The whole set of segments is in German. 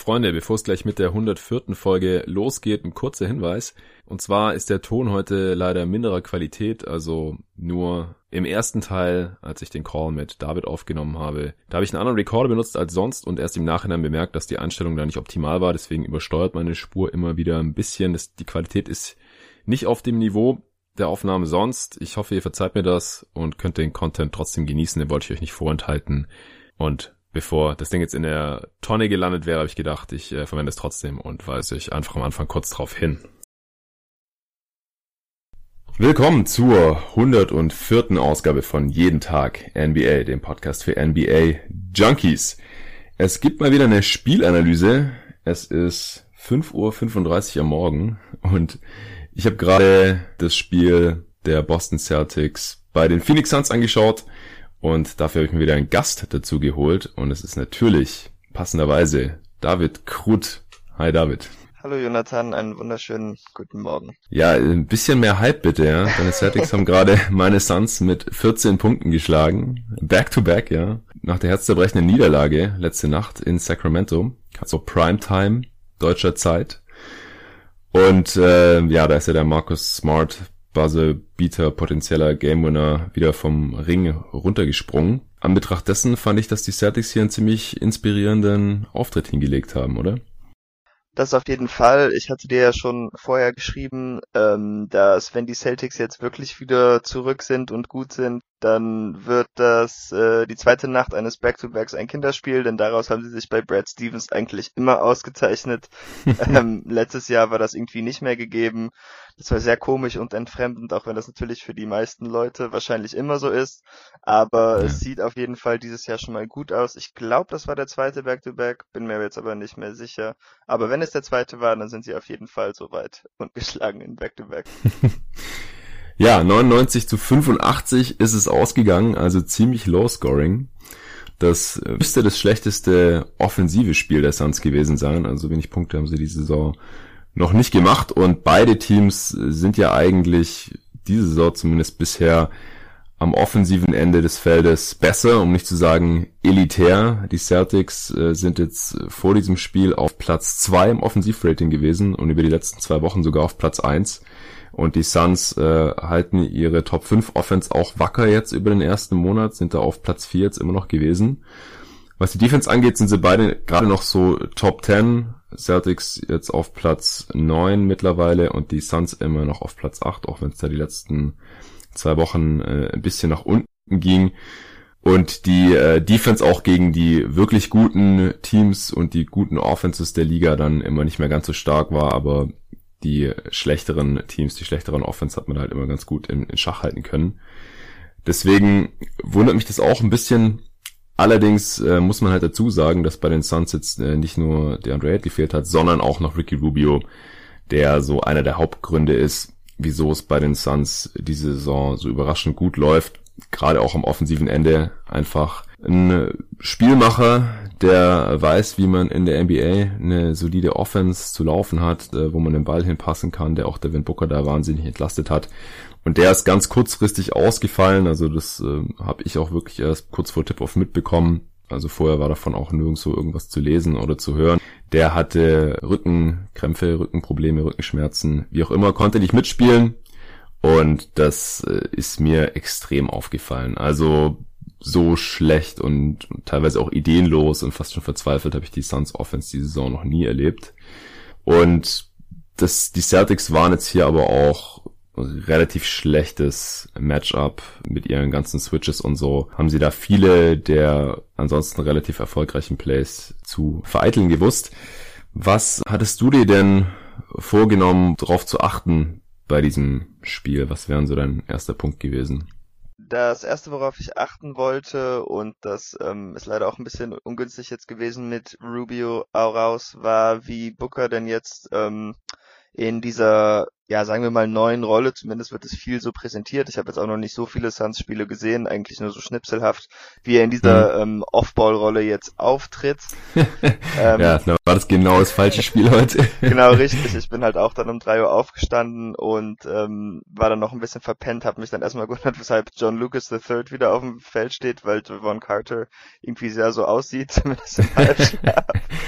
Freunde, bevor es gleich mit der 104. Folge losgeht, ein kurzer Hinweis. Und zwar ist der Ton heute leider minderer Qualität, also nur im ersten Teil, als ich den Call mit David aufgenommen habe. Da habe ich einen anderen Recorder benutzt als sonst und erst im Nachhinein bemerkt, dass die Einstellung da nicht optimal war. Deswegen übersteuert meine Spur immer wieder ein bisschen. Die Qualität ist nicht auf dem Niveau der Aufnahme sonst. Ich hoffe, ihr verzeiht mir das und könnt den Content trotzdem genießen. Den wollte ich euch nicht vorenthalten. Und bevor das Ding jetzt in der Tonne gelandet wäre, habe ich gedacht, ich verwende es trotzdem und weise euch einfach am Anfang kurz drauf hin. Willkommen zur 104. Ausgabe von Jeden Tag NBA, dem Podcast für NBA Junkies. Es gibt mal wieder eine Spielanalyse. Es ist 5:35 Uhr am Morgen und ich habe gerade das Spiel der Boston Celtics bei den Phoenix Suns angeschaut. Und dafür habe ich mir wieder einen Gast dazu geholt. Und es ist natürlich passenderweise David Krut. Hi David. Hallo Jonathan, einen wunderschönen guten Morgen. Ja, ein bisschen mehr Hype bitte, ja. Deine Celtics haben gerade meine Suns mit 14 Punkten geschlagen. Back to back, ja. Nach der herzzerbrechenden Niederlage letzte Nacht in Sacramento. Also Primetime deutscher Zeit. Und da ist ja der Marcus Smart, Buzzer-Beater, potenzieller Game-Winner, wieder vom Ring runtergesprungen. An Betracht dessen fand ich, dass die Celtics hier einen ziemlich inspirierenden Auftritt hingelegt haben, oder? Das auf jeden Fall. Ich hatte dir ja schon vorher geschrieben, dass wenn die Celtics jetzt wirklich wieder zurück sind und gut sind, dann wird das die zweite Nacht eines Back-to-Backs ein Kinderspiel, denn daraus haben sie sich bei Brad Stevens eigentlich immer ausgezeichnet. Letztes Jahr war das irgendwie nicht mehr gegeben. Das war sehr komisch und entfremdend, auch wenn das natürlich für die meisten Leute wahrscheinlich immer so ist. Aber es sieht auf jeden Fall dieses Jahr schon mal gut aus. Ich glaube, das war der zweite Back-to-Back, bin mir jetzt aber nicht mehr sicher. Aber wenn es der zweite war, dann sind sie auf jeden Fall soweit und geschlagen in Back-to-Back. Ja, 99:85 ist es ausgegangen, also ziemlich low-scoring. Das müsste das schlechteste offensive Spiel der Suns gewesen sein. Also wenig Punkte haben sie diese Saison noch nicht gemacht. Und beide Teams sind ja eigentlich diese Saison zumindest bisher am offensiven Ende des Feldes besser, um nicht zu sagen elitär. Die Celtics sind jetzt vor diesem Spiel auf Platz 2 im Offensivrating gewesen und über die letzten 2 Wochen sogar auf Platz 1. Und die Suns halten ihre Top 5 Offense auch wacker jetzt über den ersten Monat, sind da auf Platz 4 jetzt immer noch gewesen. Was die Defense angeht, sind sie beide gerade noch so Top 10. Celtics jetzt auf Platz 9 mittlerweile und die Suns immer noch auf Platz 8, auch wenn es da die letzten 2 Wochen ein bisschen nach unten ging. Und die Defense auch gegen die wirklich guten Teams und die guten Offenses der Liga dann immer nicht mehr ganz so stark war, aber die schlechteren Teams, die schlechteren Offense hat man halt immer ganz gut in Schach halten können. Deswegen wundert mich das auch ein bisschen. Allerdings muss man halt dazu sagen, dass bei den Suns jetzt nicht nur DeAndre Ayton gefehlt hat, sondern auch noch Ricky Rubio, der so einer der Hauptgründe ist, wieso es bei den Suns diese Saison so überraschend gut läuft. Gerade auch am offensiven Ende einfach ein Spielmacher, der weiß, wie man in der NBA eine solide Offense zu laufen hat, wo man den Ball hinpassen kann, der auch Devin Booker da wahnsinnig entlastet hat. Und der ist ganz kurzfristig ausgefallen, also das habe ich auch wirklich erst kurz vor Tip-Off mitbekommen. Also vorher war davon auch nirgendwo irgendwas zu lesen oder zu hören. Der hatte Rückenkrämpfe, Rückenprobleme, Rückenschmerzen, wie auch immer, konnte nicht mitspielen. Und das ist mir extrem aufgefallen. Also so schlecht und teilweise auch ideenlos und fast schon verzweifelt habe ich die Suns Offense diese Saison noch nie erlebt. Und die Celtics waren jetzt hier aber auch relativ schlechtes Matchup mit ihren ganzen Switches und so. Haben sie da viele der ansonsten relativ erfolgreichen Plays zu vereiteln gewusst. Was hattest du dir denn vorgenommen, darauf zu achten bei diesem Spiel? Was wären so dein erster Punkt gewesen? Das erste, worauf ich achten wollte, und das ist leider auch ein bisschen ungünstig jetzt gewesen mit Rubio auch raus, war, wie Booker denn jetzt in dieser, ja, sagen wir mal, neuen Rolle. Zumindest wird es viel so präsentiert. Ich habe jetzt auch noch nicht so viele Suns-Spiele gesehen, eigentlich nur so schnipselhaft, wie er in dieser Off-Ball-Rolle jetzt auftritt. Ja, da war das genau das falsche Spiel heute. Genau, richtig. Ich bin halt auch dann um 3 Uhr aufgestanden und war dann noch ein bisschen verpennt, habe mich dann erstmal gewundert, weshalb John Lucas III wieder auf dem Feld steht, weil Javon Carter irgendwie sehr so aussieht, zumindest im Halbschlaf.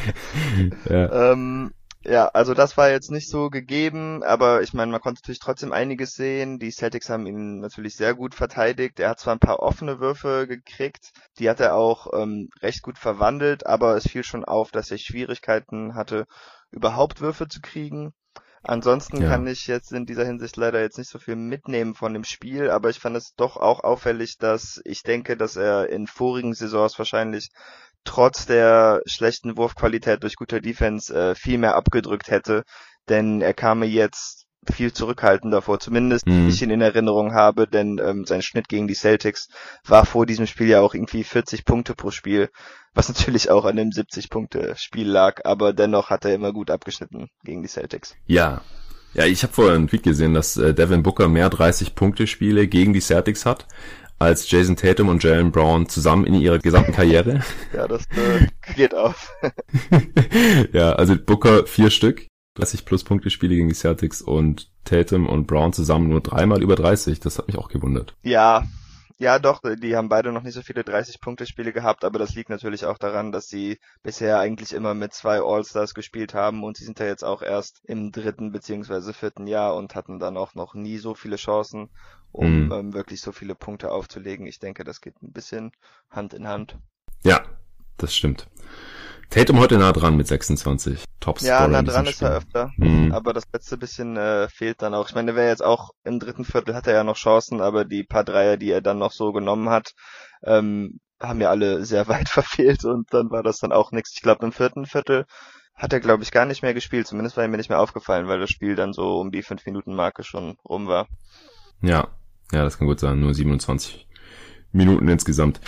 Ja. Ja, also das war jetzt nicht so gegeben, aber ich meine, man konnte natürlich trotzdem einiges sehen. Die Celtics haben ihn natürlich sehr gut verteidigt. Er hat zwar ein paar offene Würfe gekriegt, die hat er auch recht gut verwandelt, aber es fiel schon auf, dass er Schwierigkeiten hatte, überhaupt Würfe zu kriegen. Ansonsten kann ich jetzt in dieser Hinsicht leider jetzt nicht so viel mitnehmen von dem Spiel, aber ich fand es doch auch auffällig, dass ich denke, dass er in vorigen Saisons wahrscheinlich trotz der schlechten Wurfqualität durch gute Defense viel mehr abgedrückt hätte, denn er kam mir jetzt viel zurückhaltender vor, zumindest wie ich ihn in Erinnerung habe, denn sein Schnitt gegen die Celtics war vor diesem Spiel ja auch irgendwie 40 Punkte pro Spiel, was natürlich auch an dem 70-Punkte-Spiel lag, aber dennoch hat er immer gut abgeschnitten gegen die Celtics. Ja, ich habe vorher einen Tweet gesehen, dass Devin Booker mehr 30-Punkte-Spiele gegen die Celtics hat als Jason Tatum und Jaylen Brown zusammen in ihrer gesamten Karriere. Ja, das geht auf. Ja, also Booker 4 Stück, 30 plus Punkte-Spiele gegen die Celtics und Tatum und Brown zusammen nur 3-mal über 30. Das hat mich auch gewundert. Ja, doch, die haben beide noch nicht so viele 30-Punkte-Spiele gehabt, aber das liegt natürlich auch daran, dass sie bisher eigentlich immer mit 2 All-Stars gespielt haben und sie sind ja jetzt auch erst im 3. bzw. 4. Jahr und hatten dann auch noch nie so viele Chancen, um wirklich so viele Punkte aufzulegen. Ich denke, das geht ein bisschen Hand in Hand. Ja, das stimmt. Tatum heute nah dran mit 26. Topscorer. Ja, nah dran ist er öfter, aber das letzte bisschen fehlt dann auch. Ich meine, der wäre jetzt auch im 3. Viertel, hat er ja noch Chancen, aber die paar Dreier, die er dann noch so genommen hat, haben ja alle sehr weit verfehlt und dann war das dann auch nichts. Ich glaube, im 4. Viertel hat er, glaube ich, gar nicht mehr gespielt. Zumindest war ihm nicht mehr aufgefallen, weil das Spiel dann so um die 5-Minuten-Marke schon rum war. Ja, das kann gut sein. Nur 27 Minuten insgesamt.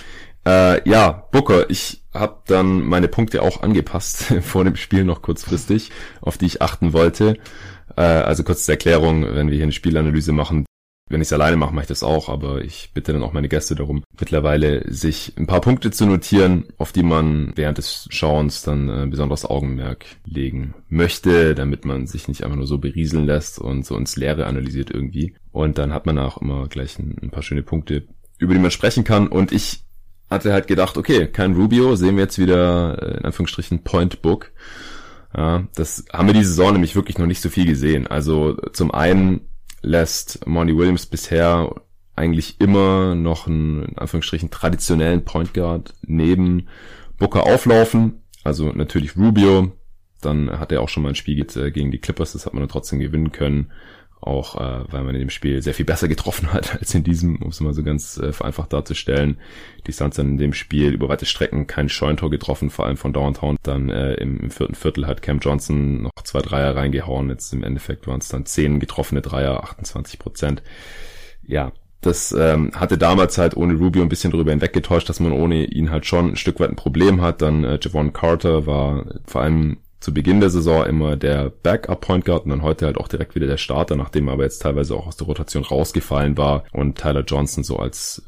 Booker, ich habe dann meine Punkte auch angepasst vor dem Spiel noch kurzfristig, auf die ich achten wollte. Also kurz zur Erklärung, wenn wir hier eine Spielanalyse machen, wenn ich es alleine mache, mache ich das auch, aber ich bitte dann auch meine Gäste darum, mittlerweile sich ein paar Punkte zu notieren, auf die man während des Schauens dann besonderes Augenmerk legen möchte, damit man sich nicht einfach nur so berieseln lässt und so ins Leere analysiert irgendwie. Und dann hat man auch immer gleich ein paar schöne Punkte, über die man sprechen kann. Und ich hatte halt gedacht, okay, kein Rubio, sehen wir jetzt wieder in Anführungsstrichen Point Book. Ja, das haben wir diese Saison nämlich wirklich noch nicht so viel gesehen. Also zum einen lässt Monty Williams bisher eigentlich immer noch einen, in Anführungsstrichen, traditionellen Point Guard neben Booker auflaufen. Also natürlich Rubio, dann hat er auch schon mal ein Spiel gegen die Clippers, das hat man dann trotzdem gewinnen können. Auch weil man in dem Spiel sehr viel besser getroffen hat als in diesem, um es mal so ganz vereinfacht darzustellen. Die Suns dann in dem Spiel über weite Strecken kein Scheuntor getroffen, vor allem von Downtown. Dann im 4. Viertel hat Cam Johnson noch 2 Dreier reingehauen. Jetzt im Endeffekt waren es dann 10 getroffene Dreier, 28%. Ja, das hatte damals halt ohne Rubio ein bisschen darüber hinweggetäuscht, dass man ohne ihn halt schon ein Stück weit ein Problem hat. Dann Javon Carter war vor allem zu Beginn der Saison immer der Backup-Point Guard und dann heute halt auch direkt wieder der Starter, nachdem er aber jetzt teilweise auch aus der Rotation rausgefallen war und Tyler Johnson so als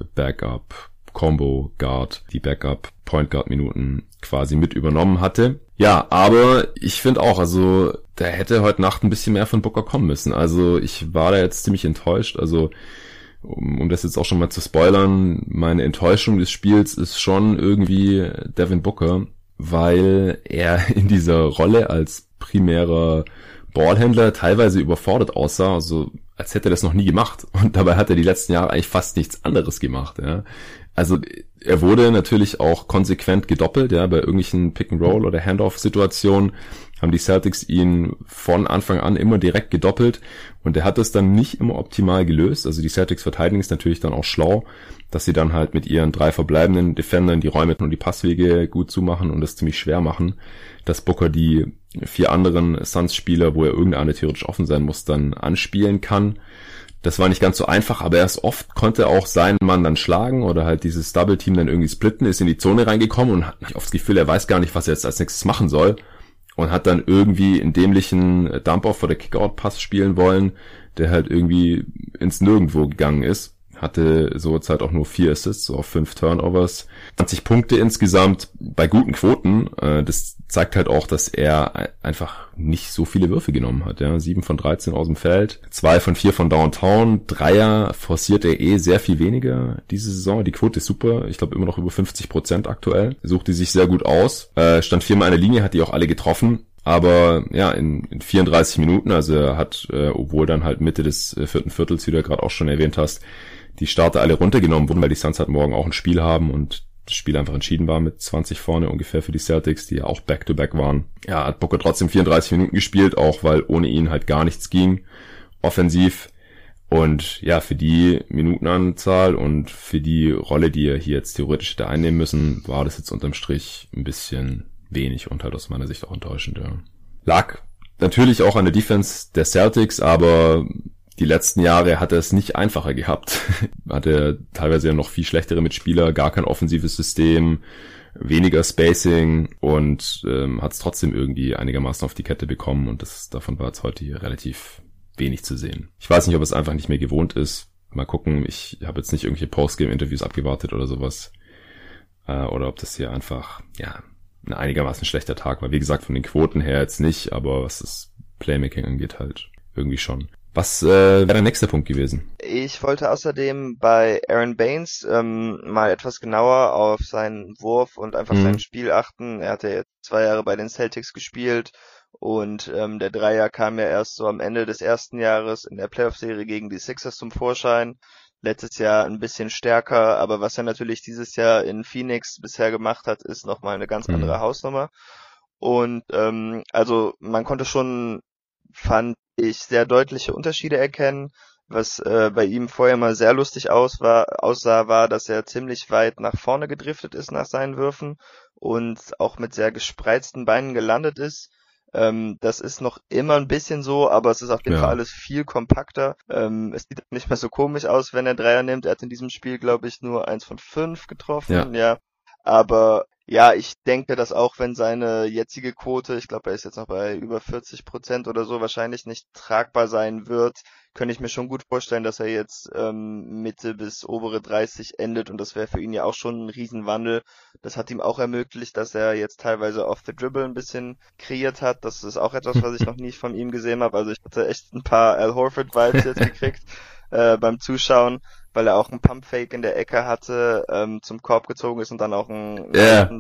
Backup-Combo-Guard die Backup-Point Guard-Minuten quasi mit übernommen hatte. Ja, aber ich finde auch, also da hätte heute Nacht ein bisschen mehr von Booker kommen müssen. Also ich war da jetzt ziemlich enttäuscht. Also um das jetzt auch schon mal zu spoilern, meine Enttäuschung des Spiels ist schon irgendwie Devin Booker, weil er in dieser Rolle als primärer Ballhändler teilweise überfordert aussah, also als hätte er das noch nie gemacht. Und dabei hat er die letzten Jahre eigentlich fast nichts anderes gemacht. Ja. Also er wurde natürlich auch konsequent gedoppelt, ja, bei irgendwelchen Pick-and-Roll- oder Handoff-Situationen haben die Celtics ihn von Anfang an immer direkt gedoppelt und er hat das dann nicht immer optimal gelöst. Also die Celtics verteidigen ist natürlich dann auch schlau, dass sie dann halt mit ihren 3 verbleibenden Defendern die Räume und die Passwege gut zumachen und das ziemlich schwer machen, dass Booker die 4 anderen Suns-Spieler, wo er irgendeine theoretisch offen sein muss, dann anspielen kann. Das war nicht ganz so einfach, aber erst oft konnte auch seinen Mann dann schlagen oder halt dieses Double-Team dann irgendwie splitten, ist in die Zone reingekommen und hat oft das Gefühl, er weiß gar nicht, was er jetzt als nächstes machen soll. und hat dann irgendwie einen dämlichen Dump-Off oder Kick-Out-Pass spielen wollen, der halt irgendwie ins Nirgendwo gegangen ist. Hatte so jetzt halt auch nur 4 Assists, so auf 5 Turnovers. 20 Punkte insgesamt bei guten Quoten. Das zeigt halt auch, dass er einfach nicht so viele Würfe genommen hat. Ja, 7 von 13 aus dem Feld, 2 von 4 von Downtown, Dreier forciert er sehr viel weniger diese Saison. Die Quote ist super. Ich glaube immer noch über 50% aktuell. Sucht die sich sehr gut aus. Stand 4-mal an der Linie, hat die auch alle getroffen. Aber ja, in 34 Minuten, also er hat, obwohl dann halt Mitte des 4. Viertels, wie du ja gerade auch schon erwähnt hast, die Starter alle runtergenommen wurden, weil die Suns halt morgen auch ein Spiel haben und das Spiel einfach entschieden war mit 20 vorne ungefähr für die Celtics, die ja auch Back-to-Back waren. Ja, hat Booker trotzdem 34 Minuten gespielt, auch weil ohne ihn halt gar nichts ging, offensiv. Und ja, für die Minutenanzahl und für die Rolle, die er hier jetzt theoretisch hätte einnehmen müssen, war das jetzt unterm Strich ein bisschen wenig und halt aus meiner Sicht auch enttäuschend, ja. Lag natürlich auch an der Defense der Celtics, aber die letzten Jahre hat er es nicht einfacher gehabt. Hatte teilweise ja noch viel schlechtere Mitspieler, gar kein offensives System, weniger Spacing und hat es trotzdem irgendwie einigermaßen auf die Kette bekommen und davon war jetzt heute hier relativ wenig zu sehen. Ich weiß nicht, ob es einfach nicht mehr gewohnt ist. Mal gucken, ich habe jetzt nicht irgendwelche Postgame-Interviews abgewartet oder sowas. Oder ob das hier einfach, ja, ein einigermaßen schlechter Tag war. Wie gesagt, von den Quoten her jetzt nicht, aber was das Playmaking angeht halt irgendwie schon. Was wäre der nächste Punkt gewesen? Ich wollte außerdem bei Aaron Baines mal etwas genauer auf seinen Wurf und einfach sein Spiel achten. Er hatte jetzt 2 Jahre bei den Celtics gespielt und der Dreier kam ja erst so am Ende des ersten Jahres in der Playoff-Serie gegen die Sixers zum Vorschein. Letztes Jahr ein bisschen stärker, aber was er natürlich dieses Jahr in Phoenix bisher gemacht hat, ist nochmal eine ganz andere Hausnummer. Und also man konnte schon, fand ich, sehr deutliche Unterschiede erkennen. Was bei ihm vorher mal sehr lustig aussah, war, dass er ziemlich weit nach vorne gedriftet ist nach seinen Würfen und auch mit sehr gespreizten Beinen gelandet ist. Das ist noch immer ein bisschen so, aber es ist auf jeden Fall alles viel kompakter. Es sieht nicht mehr so komisch aus, wenn er Dreier nimmt. Er hat in diesem Spiel, glaube ich, nur 1 von 5 getroffen. Ja. Aber ja, ich denke, dass auch wenn seine jetzige Quote, ich glaube, er ist jetzt noch bei über 40% oder so, wahrscheinlich nicht tragbar sein wird, könnte ich mir schon gut vorstellen, dass er jetzt Mitte bis obere 30 endet und das wäre für ihn ja auch schon ein Riesenwandel. Das hat ihm auch ermöglicht, dass er jetzt teilweise off the dribble ein bisschen kreiert hat. Das ist auch etwas, was ich noch nie von ihm gesehen habe. Also ich hatte echt ein paar Al Horford-Vibes jetzt gekriegt beim Zuschauen, weil er auch einen Pumpfake in der Ecke hatte, zum Korb gezogen ist und dann auch einen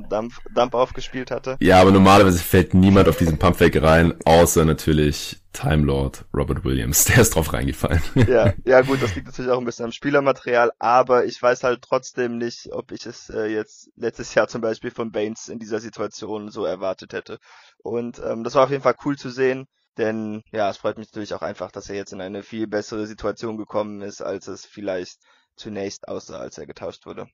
Dump aufgespielt hatte. Ja, aber normalerweise fällt niemand auf diesen Pumpfake rein, außer natürlich Time Lord Robert Williams. Der ist drauf reingefallen. Ja gut, das liegt natürlich auch ein bisschen am Spielermaterial, aber ich weiß halt trotzdem nicht, ob ich es jetzt letztes Jahr zum Beispiel von Baines in dieser Situation so erwartet hätte. Und das war auf jeden Fall cool zu sehen. Denn ja, es freut mich natürlich auch einfach, dass er jetzt in eine viel bessere Situation gekommen ist, als es vielleicht zunächst aussah, als er getauscht wurde.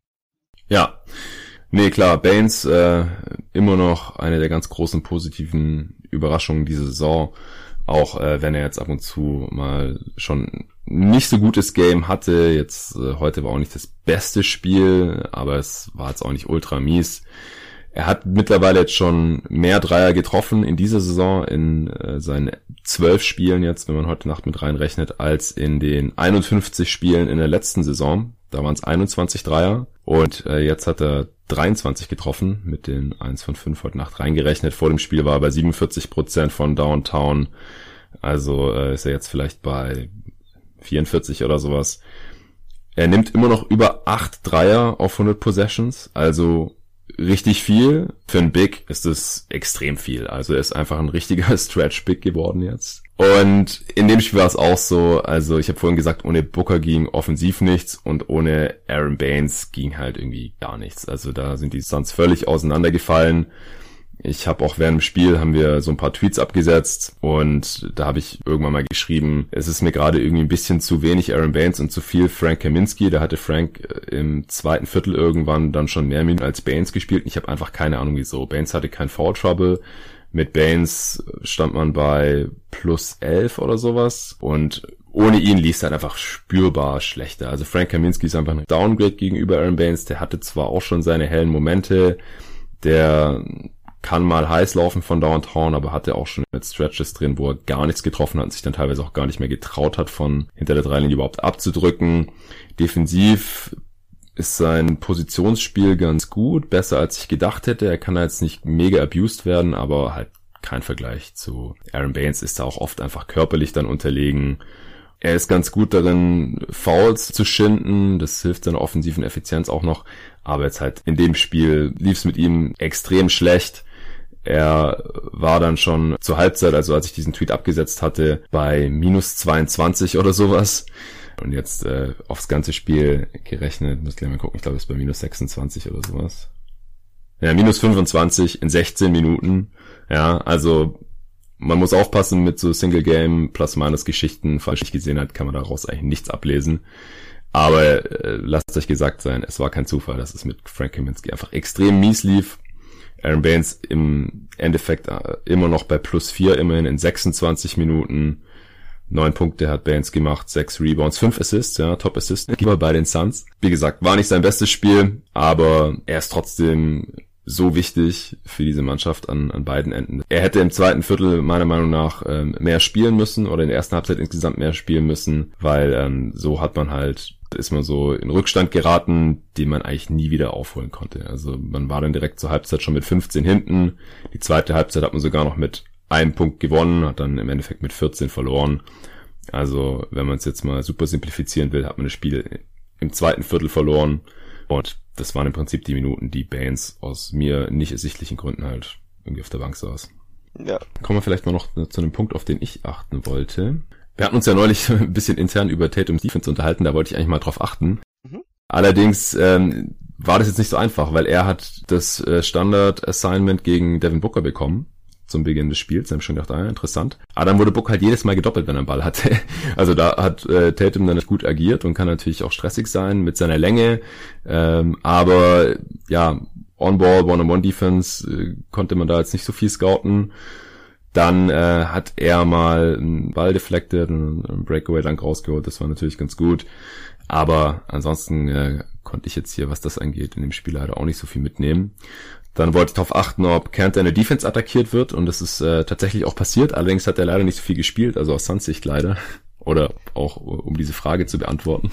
Ja, nee, klar, Baines immer noch eine der ganz großen positiven Überraschungen dieser Saison, auch wenn er jetzt ab und zu mal schon nicht so gutes Game hatte. Jetzt heute war auch nicht das beste Spiel, aber es war jetzt auch nicht ultra mies. Er hat mittlerweile jetzt schon mehr Dreier getroffen in dieser Saison, in seinen 12 Spielen jetzt, wenn man heute Nacht mit reinrechnet, als in den 51 Spielen in der letzten Saison. Da waren es 21 Dreier und jetzt hat er 23 getroffen, mit den 1 von 5 heute Nacht reingerechnet. Vor dem Spiel war er bei 47% von Downtown, also ist er jetzt vielleicht bei 44 oder sowas. Er nimmt immer noch über 8 Dreier auf 100 Possessions, also richtig viel. Für einen Big ist es extrem viel. Also er ist einfach ein richtiger Stretch-Big geworden jetzt. Und in dem Spiel war es auch so, also ich habe vorhin gesagt, ohne Booker ging offensiv nichts und ohne Aaron Baines ging halt irgendwie gar nichts. Also da sind die Suns völlig auseinandergefallen. Ich habe auch während dem Spiel haben wir so ein paar Tweets abgesetzt und da habe ich irgendwann mal geschrieben, es ist mir gerade irgendwie ein bisschen zu wenig Aaron Baines und zu viel Frank Kaminsky. Da hatte Frank im zweiten Viertel irgendwann dann schon mehr Minuten als Baines gespielt. Ich habe einfach keine Ahnung wieso. Baines hatte kein Foul Trouble. Mit Baines stand man bei plus 11 oder sowas und ohne ihn lief es halt einfach spürbar schlechter. Also Frank Kaminsky ist einfach ein Downgrade gegenüber Aaron Baines. Der hatte zwar auch schon seine hellen Momente, der kann mal heiß laufen von Downtown, aber hatte auch schon mit Stretches drin, wo er gar nichts getroffen hat und sich dann teilweise auch gar nicht mehr getraut hat, von hinter der Dreilinie überhaupt abzudrücken. Defensiv ist sein Positionsspiel ganz gut, besser als ich gedacht hätte. Er kann da jetzt nicht mega abused werden, aber halt kein Vergleich zu Aaron Baines, ist da auch oft einfach körperlich dann unterlegen. Er ist ganz gut darin, Fouls zu schinden, das hilft seiner offensiven Effizienz auch noch, aber jetzt halt in dem Spiel lief es mit ihm extrem schlecht. Er war dann schon zur Halbzeit, also als ich diesen Tweet abgesetzt hatte, bei minus 22 oder sowas. Und jetzt aufs ganze Spiel gerechnet, muss ich gleich mal gucken, ich glaube, es ist bei minus 26 oder sowas. Ja, minus 25 in 16 Minuten. Ja, also man muss aufpassen mit so Single-Game, Plus-Minus-Geschichten. Falls ich gesehen hat, kann man daraus eigentlich nichts ablesen. Aber lasst euch gesagt sein, es war kein Zufall, dass es mit Frank Kaminsky einfach extrem mies lief. Aaron Baines im Endeffekt immer noch bei plus 4, immerhin in 26 Minuten. 9 Punkte hat Baines gemacht, 6 Rebounds, 5 Assists, ja, Top-Assist-Geber bei den Suns. Wie gesagt, war nicht sein bestes Spiel, aber er ist trotzdem so wichtig für diese Mannschaft an beiden Enden. Er hätte im zweiten Viertel meiner Meinung nach mehr spielen müssen oder in der ersten Halbzeit insgesamt mehr spielen müssen, weil so ist man so in Rückstand geraten, den man eigentlich nie wieder aufholen konnte. Also man war dann direkt zur Halbzeit schon mit 15 hinten. Die zweite Halbzeit hat man sogar noch mit einem Punkt gewonnen, hat dann im Endeffekt mit 14 verloren. Also wenn man es jetzt mal super simplifizieren will, hat man das Spiel im zweiten Viertel verloren. Und das waren im Prinzip die Minuten, die Baines aus mir nicht ersichtlichen Gründen halt irgendwie auf der Bank saß. Ja. Kommen wir vielleicht mal noch zu einem Punkt, auf den ich achten wollte. Wir hatten uns ja neulich ein bisschen intern über Tatums Defense unterhalten, da wollte ich eigentlich mal drauf achten. Mhm. Allerdings war das jetzt nicht so einfach, weil er hat das Standard-Assignment gegen Devin Booker bekommen zum Beginn des Spiels. Da haben wir schon gedacht, interessant. Aber dann wurde Booker halt jedes Mal gedoppelt, wenn er einen Ball hatte. Also da hat Tatum dann gut agiert und kann natürlich auch stressig sein mit seiner Länge. Aber ja, On-Ball, One-on-One-Defense konnte man da jetzt nicht so viel scouten. Dann hat er mal einen Ball deflected und einen Breakaway dann rausgeholt. Das war natürlich ganz gut. Aber ansonsten konnte ich jetzt hier, was das angeht, in dem Spiel leider auch nicht so viel mitnehmen. Dann wollte ich darauf achten, ob Kanter in der Defense attackiert wird. Und das ist tatsächlich auch passiert. Allerdings hat er leider nicht so viel gespielt, also aus Suns Sicht leider. Oder auch, um diese Frage zu beantworten.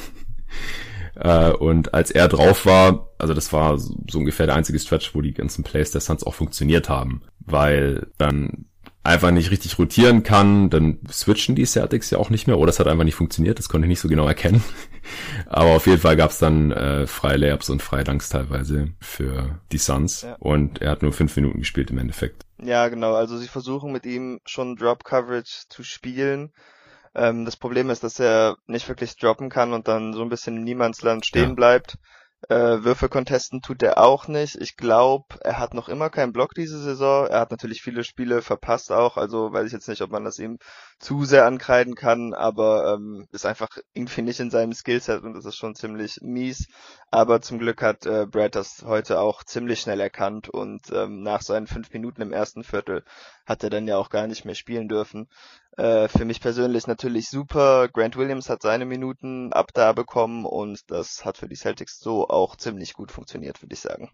Und als er drauf war, also das war so ungefähr der einzige Stretch, wo die ganzen Plays der Suns auch funktioniert haben. Weil dann einfach nicht richtig rotieren kann, dann switchen die Celtics ja auch nicht mehr, oder es hat einfach nicht funktioniert, das konnte ich nicht so genau erkennen. Aber auf jeden Fall gab es dann freie Layups und freie Dunks teilweise für die Suns, ja. Und er hat nur 5 Minuten gespielt im Endeffekt. Ja, genau, also sie versuchen mit ihm schon Drop-Coverage zu spielen. Das Problem ist, dass er nicht wirklich droppen kann und dann so ein bisschen im Niemandsland stehen bleibt. Würfe contesten tut er auch nicht. Ich glaube, er hat noch immer keinen Block diese Saison. Er hat natürlich viele Spiele verpasst auch, also weiß ich jetzt nicht, ob man das ihm zu sehr ankreiden kann, aber ist einfach irgendwie nicht in seinem Skillset und das ist schon ziemlich mies. Aber zum Glück hat Brad das heute auch ziemlich schnell erkannt und nach seinen 5 Minuten im ersten Viertel hat er dann ja auch gar nicht mehr spielen dürfen. Für mich persönlich natürlich super. Grant Williams hat seine Minuten ab da bekommen und das hat für die Celtics so auch ziemlich gut funktioniert, würde ich sagen.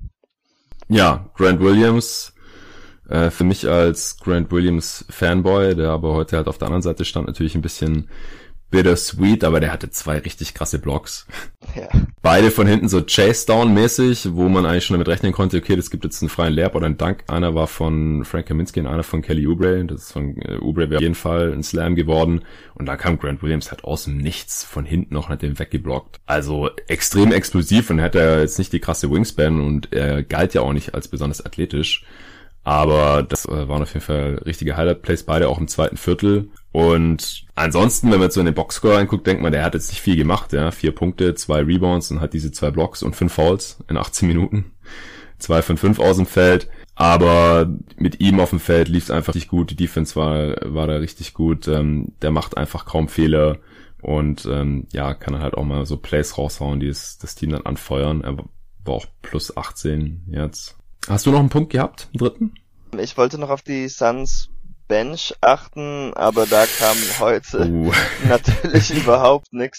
Ja, Grant Williams, für mich als Grant Williams Fanboy, der aber heute halt auf der anderen Seite stand, natürlich ein bisschen bittersweet, aber der hatte 2 richtig krasse Blocks. Ja. Beide von hinten so Chase-Down-mäßig, wo man eigentlich schon damit rechnen konnte, okay, das gibt jetzt einen freien Layup oder einen Dunk. Einer war von Frank Kaminsky und einer von Kelly Oubre. Das ist von Oubre wäre auf jeden Fall ein Slam geworden. Und da kam Grant Williams halt aus dem Nichts von hinten noch mit dem weggeblockt. Also extrem explosiv und hat er jetzt nicht die krasse Wingspan und er galt ja auch nicht als besonders athletisch. Aber das waren auf jeden Fall richtige Highlight-Plays, beide auch im zweiten Viertel. Und ansonsten, wenn man jetzt so in den Boxscore reinguckt, denkt man, der hat jetzt nicht viel gemacht, ja. 4 Punkte, 2 Rebounds und hat diese 2 Blocks und 5 Fouls in 18 Minuten. 2 von 5 aus dem Feld. Aber mit ihm auf dem Feld lief es einfach nicht gut. Die Defense war da richtig gut. Der macht einfach kaum Fehler und kann dann halt auch mal so Plays raushauen, die das Team dann anfeuern. Er war auch plus 18 jetzt. Hast du noch einen Punkt gehabt, einen dritten? Ich wollte noch auf die Suns Bench achten, aber da kam heute natürlich überhaupt nichts.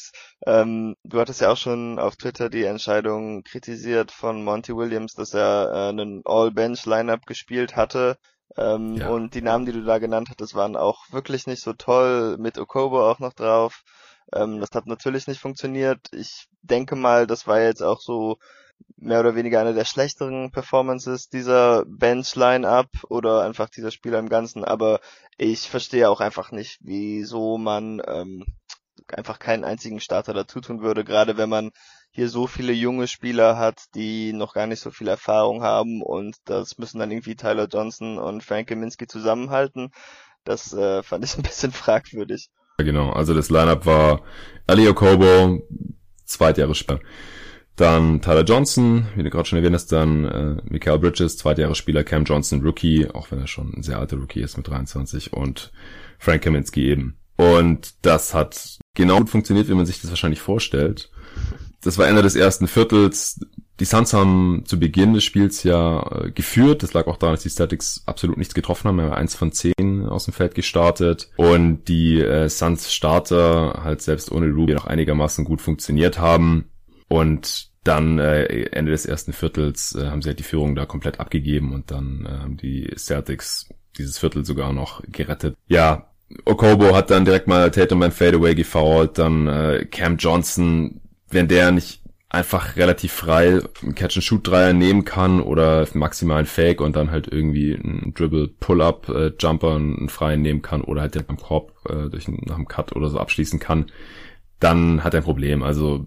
Du hattest ja auch schon auf Twitter die Entscheidung kritisiert von Monty Williams, dass er einen All-Bench-Lineup gespielt hatte. Und die Namen, die du da genannt hattest, waren auch wirklich nicht so toll, mit Okobo auch noch drauf. Das hat natürlich nicht funktioniert. Ich denke mal, das war jetzt auch so mehr oder weniger eine der schlechteren Performances dieser Bench-Line-Up oder einfach dieser Spieler im Ganzen. Aber ich verstehe auch einfach nicht, wieso man einfach keinen einzigen Starter dazu tun würde, gerade wenn man hier so viele junge Spieler hat, die noch gar nicht so viel Erfahrung haben, und das müssen dann irgendwie Tyler Johnson und Frank Kaminsky zusammenhalten. Das fand ich ein bisschen fragwürdig. Ja, genau, also das Lineup war Ali Okobo, Zweitjahresspieler. Dann Tyler Johnson, wie du gerade schon erwähnt hast, dann Mikal Bridges, Zweitjahresspieler, Cam Johnson, Rookie, auch wenn er schon ein sehr alter Rookie ist mit 23, und Frank Kaminsky eben. Und das hat genau gut funktioniert, wie man sich das wahrscheinlich vorstellt. Das war Ende des ersten Viertels. Die Suns haben zu Beginn des Spiels ja geführt. Das lag auch daran, dass die Celtics absolut nichts getroffen haben. Wir haben 1 von 10 aus dem Feld gestartet. Und die Suns Starter halt selbst ohne Ruby noch einigermaßen gut funktioniert haben. Und dann Ende des ersten Viertels haben sie halt die Führung da komplett abgegeben. Und dann haben die Celtics dieses Viertel sogar noch gerettet. Ja, Okobo hat dann direkt mal Tatum beim Fadeaway gefoult, dann Cam Johnson, wenn der nicht einfach relativ frei einen Catch-and-Shoot-Dreier nehmen kann oder maximal einen Fake und dann halt irgendwie einen Dribble-Pull-Up-Jumper einen freien nehmen kann oder halt direkt am Korb nach dem Cut oder so abschließen kann, dann hat er ein Problem. Also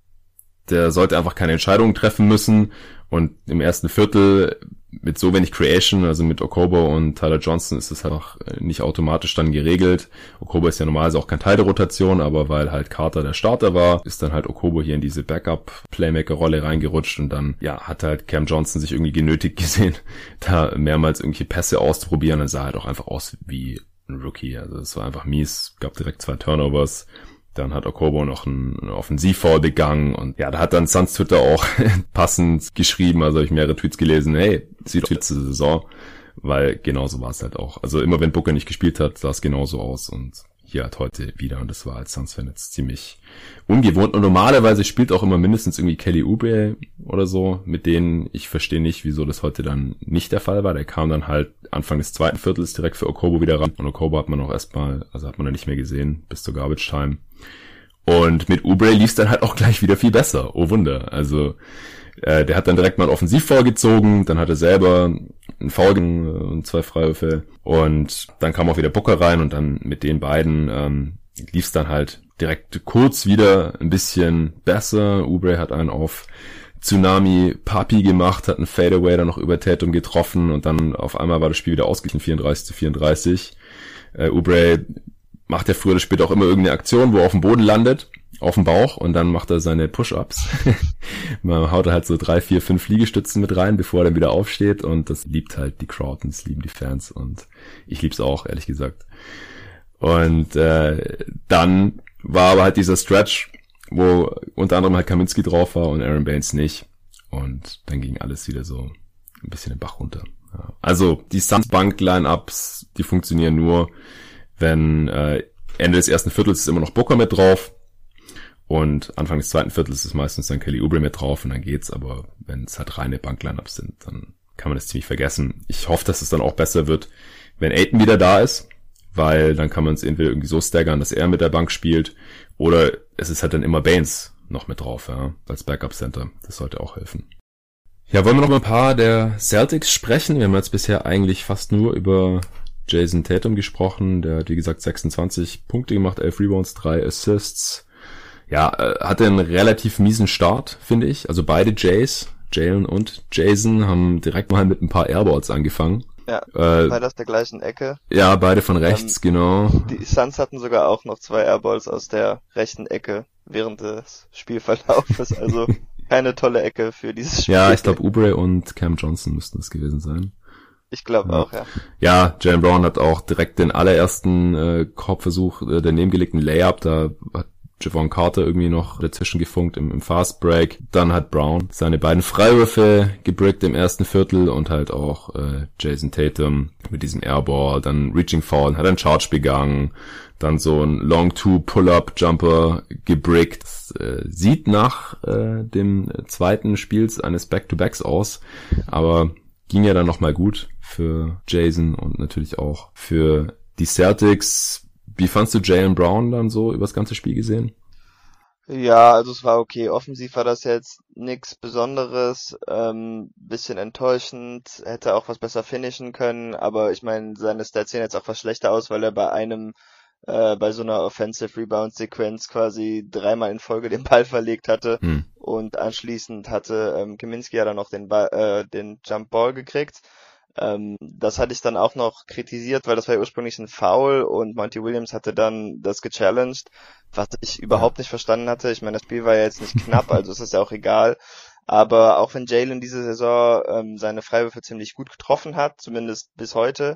der sollte einfach keine Entscheidungen treffen müssen, und im ersten Viertel mit so wenig Creation, also mit Okobo und Tyler Johnson, ist es halt auch nicht automatisch dann geregelt. Okobo ist ja normalerweise auch kein Teil der Rotation, aber weil halt Carter der Starter war, ist dann halt Okobo hier in diese Backup-Playmaker-Rolle reingerutscht, und dann, ja, hat halt Cam Johnson sich irgendwie genötigt gesehen, da mehrmals irgendwelche Pässe auszuprobieren. Dann sah halt auch einfach aus wie ein Rookie. Also es war einfach mies, gab direkt 2 Turnovers. Dann hat Okobo noch einen Offensivfoul begangen, und ja, da hat dann Suns Twitter auch passend geschrieben, also habe ich mehrere Tweets gelesen, hey, sieht doch letzte Saison, weil genauso war es halt auch. Also immer wenn Booker nicht gespielt hat, sah es genauso aus, und hier halt heute wieder, und das war als Suns-Fan jetzt ziemlich ungewohnt. Und normalerweise spielt auch immer mindestens irgendwie Kelly Oubre oder so, mit denen ich verstehe nicht, wieso das heute dann nicht der Fall war. Der kam dann halt Anfang des zweiten Viertels direkt für Okobo wieder ran, und Okobo hat man auch erstmal, also hat man dann nicht mehr gesehen bis zur Garbage Time. Und mit Oubre lief's dann halt auch gleich wieder viel besser. Oh Wunder. Also der hat dann direkt mal einen Offensivfoul gezogen, dann hat er selber einen Foul und 2 Freiwürfe, und dann kam auch wieder Booker rein, und dann mit den beiden lief's dann halt direkt kurz wieder ein bisschen besser. Oubre hat einen auf Tsunami Papi gemacht, hat einen Fadeaway dann noch über Tatum getroffen, und dann auf einmal war das Spiel wieder ausgeglichen, 34-34. Oubre macht er früher oder später auch immer irgendeine Aktion, wo er auf dem Boden landet, auf dem Bauch, und dann macht er seine Push-Ups. Man haut er halt so 3, 4, 5 Liegestützen mit rein, bevor er dann wieder aufsteht, und das liebt halt die Crowd, und das lieben die Fans, und ich lieb's auch, ehrlich gesagt. Und dann war aber halt dieser Stretch, wo unter anderem halt Kaminsky drauf war und Aaron Baines nicht, und dann ging alles wieder so ein bisschen den Bach runter. Ja. Also die Suns-Bank-Line-Ups, die funktionieren nur, wenn Ende des ersten Viertels ist immer noch Booker mit drauf, und Anfang des zweiten Viertels ist meistens dann Kelly Oubre mit drauf, und dann geht's. Aber wenn es halt reine Bank-Line-Ups sind, dann kann man das ziemlich vergessen. Ich hoffe, dass es dann auch besser wird, wenn Ayton wieder da ist, weil dann kann man es entweder irgendwie so staggern, dass er mit der Bank spielt, oder es ist halt dann immer Baines noch mit drauf, ja, als Backup-Center. Das sollte auch helfen. Ja, wollen wir noch mal ein paar der Celtics sprechen? Wir haben jetzt bisher eigentlich fast nur über Jason Tatum gesprochen. Der hat, wie gesagt, 26 Punkte gemacht, 11 Rebounds, 3 Assists. Ja, hatte einen relativ miesen Start, finde ich. Also beide Jays, Jalen und Jason, haben direkt mal mit ein paar Airballs angefangen. Ja, beide aus der gleichen Ecke. Ja, beide von rechts, genau. Die Suns hatten sogar auch noch 2 Airballs aus der rechten Ecke während des Spielverlaufes. Also keine tolle Ecke für dieses Spiel. Ja, ich glaube Oubre und Cam Johnson müssten es gewesen sein. Ich glaube auch, ja. Ja, Jaylen Brown hat auch direkt den allerersten Korbversuch, der nebengelegten Layup, da hat Javon Carter irgendwie noch dazwischen gefunkt im Fast Break. Dann hat Brown seine beiden Freiwürfe gebrickt im ersten Viertel und halt auch Jason Tatum mit diesem Airball, dann Reaching Foul, hat einen Charge begangen, dann so ein Long Two Pull-Up Jumper gebrickt. Sieht nach dem zweiten Spiels eines Back-to-Backs aus, aber ging ja dann nochmal gut für Jason und natürlich auch für die Celtics. Wie fandst du Jaylen Brown dann so übers ganze Spiel gesehen? Ja, also es war okay. Offensiv war das jetzt nichts Besonderes, bisschen enttäuschend, hätte auch was besser finishen können, aber ich meine, seine Stats sehen jetzt auch was schlechter aus, weil er bei so einer Offensive Rebound Sequenz quasi dreimal in Folge den Ball verlegt hatte und anschließend hatte Kaminsky ja dann noch den Jump Ball gekriegt. Das hatte ich dann auch noch kritisiert, weil das war ja ursprünglich ein Foul und Monty Williams hatte dann das gechallenged, was ich überhaupt nicht verstanden hatte. Ich meine, das Spiel war ja jetzt nicht knapp, also ist es ja auch egal. Aber auch wenn Jaylen diese Saison seine Freiwürfe ziemlich gut getroffen hat, zumindest bis heute,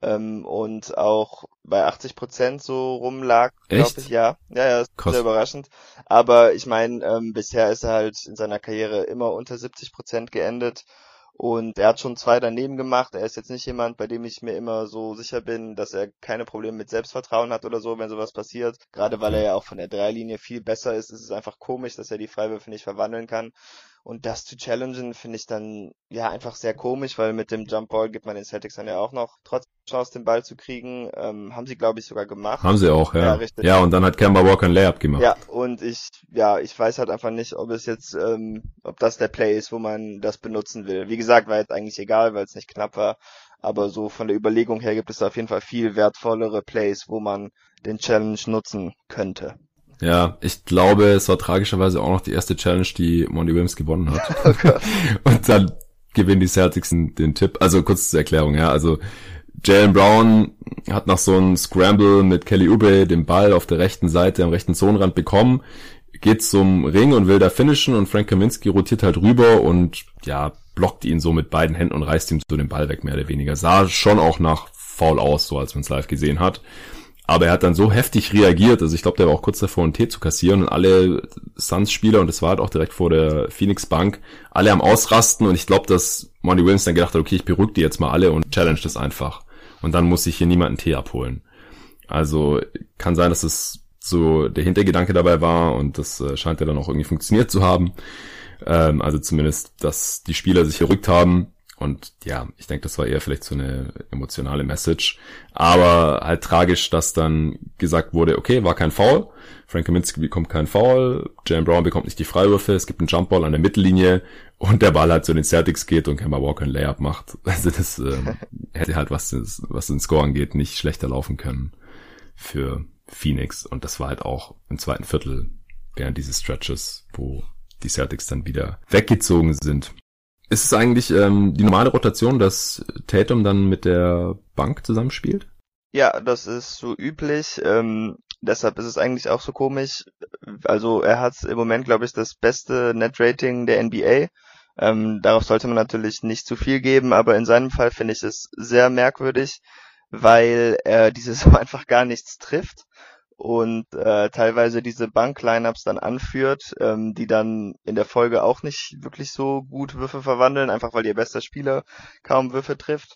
und auch bei 80% so rumlag, glaube ich, ja. Ja, ist Krass. sehr überraschend. Aber ich meine, bisher ist er halt in seiner Karriere immer unter 70% geendet. Und er hat schon 2 daneben gemacht. Er ist jetzt nicht jemand, bei dem ich mir immer so sicher bin, dass er keine Probleme mit Selbstvertrauen hat oder so, wenn sowas passiert. Gerade weil er ja auch von der Dreilinie viel besser ist, ist es einfach komisch, dass er die Freiwürfe nicht verwandeln kann. Und das zu challengen finde ich dann ja einfach sehr komisch, weil mit dem Jump Ball gibt man den Celtics dann ja auch noch trotzdem Chance, den Ball zu kriegen. Haben sie, glaube ich, sogar gemacht. Haben sie auch, ja. Ja, richtig. Ja, und dann hat Kemba Walker ein Layup gemacht. Ja, und ich weiß halt einfach nicht, ob es jetzt, ob das der Play ist, wo man das benutzen will. Wie gesagt, war jetzt eigentlich egal, weil es nicht knapp war. Aber so von der Überlegung her gibt es da auf jeden Fall viel wertvollere Plays, wo man den Challenge nutzen könnte. Ja, ich glaube, es war tragischerweise auch noch die erste Challenge, die Monty Williams gewonnen hat. Oh Gott. Und dann gewinnen die Celtics den Tipp. Also kurz zur Erklärung, ja. Also Jaylen Brown hat nach so einem Scramble mit Kelly Oubre den Ball auf der rechten Seite am rechten Zonenrand bekommen, geht zum Ring und will da finishen und Frank Kaminsky rotiert halt rüber und ja, blockt ihn so mit beiden Händen und reißt ihm so den Ball weg, mehr oder weniger. Sah schon auch nach Foul aus, so als man es live gesehen hat. Aber er hat dann so heftig reagiert, also ich glaube, der war auch kurz davor, einen Tee zu kassieren und alle Suns-Spieler, und das war halt auch direkt vor der Phoenix-Bank, alle am Ausrasten und ich glaube, dass Monty Williams dann gedacht hat, okay, ich beruhige die jetzt mal alle und challenge das einfach. Und dann muss ich hier niemanden Tee abholen. Also kann sein, dass es so der Hintergedanke dabei war und das scheint ja dann auch irgendwie funktioniert zu haben. Also zumindest, dass die Spieler sich gerückt haben. Und ja, ich denke, das war eher vielleicht so eine emotionale Message. Aber halt tragisch, dass dann gesagt wurde, okay, war kein Foul. Frank Kaminsky bekommt keinen Foul. Jaylen Brown bekommt nicht die Freiwürfe. Es gibt einen Jumpball an der Mittellinie. Und der Ball halt zu den Celtics geht und Kemba Walker ein Layup macht. Also das hätte halt, was den Score angeht, nicht schlechter laufen können für Phoenix. Und das war halt auch im zweiten Viertel während dieses Stretches, wo die Celtics dann wieder weggezogen sind. Ist es eigentlich die normale Rotation, dass Tatum dann mit der Bank zusammenspielt? Ja, das ist so üblich. Deshalb ist es eigentlich auch so komisch. Also er hat im Moment, glaube ich, das beste Net-Rating der NBA. Darauf sollte man natürlich nicht zu viel geben, aber in seinem Fall finde ich es sehr merkwürdig, weil er diese Saison einfach gar nichts trifft und teilweise diese Bank-Lineups dann anführt, die dann in der Folge auch nicht wirklich so gut Würfe verwandeln, einfach weil ihr bester Spieler kaum Würfe trifft.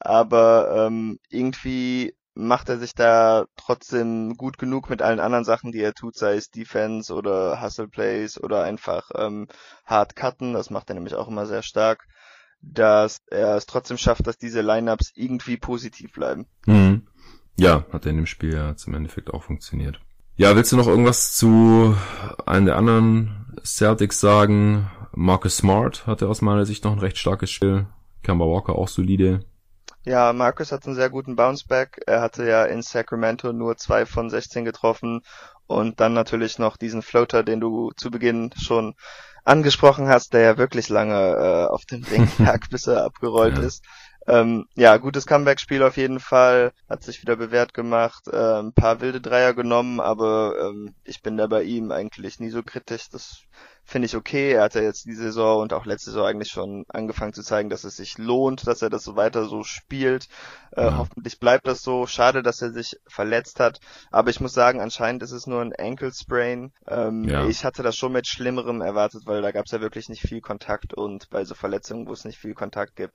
Aber irgendwie macht er sich da trotzdem gut genug mit allen anderen Sachen, die er tut, sei es Defense oder Hustle Plays oder einfach Hard Cutten, das macht er nämlich auch immer sehr stark, dass er es trotzdem schafft, dass diese Lineups irgendwie positiv bleiben. Mhm. Ja, hat er in dem Spiel ja zum Endeffekt auch funktioniert. Ja, willst du noch irgendwas zu einem der anderen Celtics sagen? Marcus Smart hatte aus meiner Sicht noch ein recht starkes Spiel. Kemba Walker auch solide. Ja, Marcus hat einen sehr guten Bounceback. Er hatte ja in Sacramento nur 2 von 16 getroffen und dann natürlich noch diesen Floater, den du zu Beginn schon angesprochen hast, der ja wirklich lange auf dem Ring lag, bis er abgerollt ist. Ja, gutes Comeback-Spiel auf jeden Fall, hat sich wieder bewährt gemacht, ein paar wilde Dreier genommen, aber ich bin da bei ihm eigentlich nie so kritisch. Das finde ich okay. Er hat ja jetzt die Saison und auch letzte Saison eigentlich schon angefangen zu zeigen, dass es sich lohnt, dass er das so weiter so spielt. Hoffentlich bleibt das so. Schade, dass er sich verletzt hat. Aber ich muss sagen, anscheinend ist es nur ein Ankle Sprain. Ich hatte das schon mit Schlimmerem erwartet, weil da gab es ja wirklich nicht viel Kontakt und bei so Verletzungen, wo es nicht viel Kontakt gibt,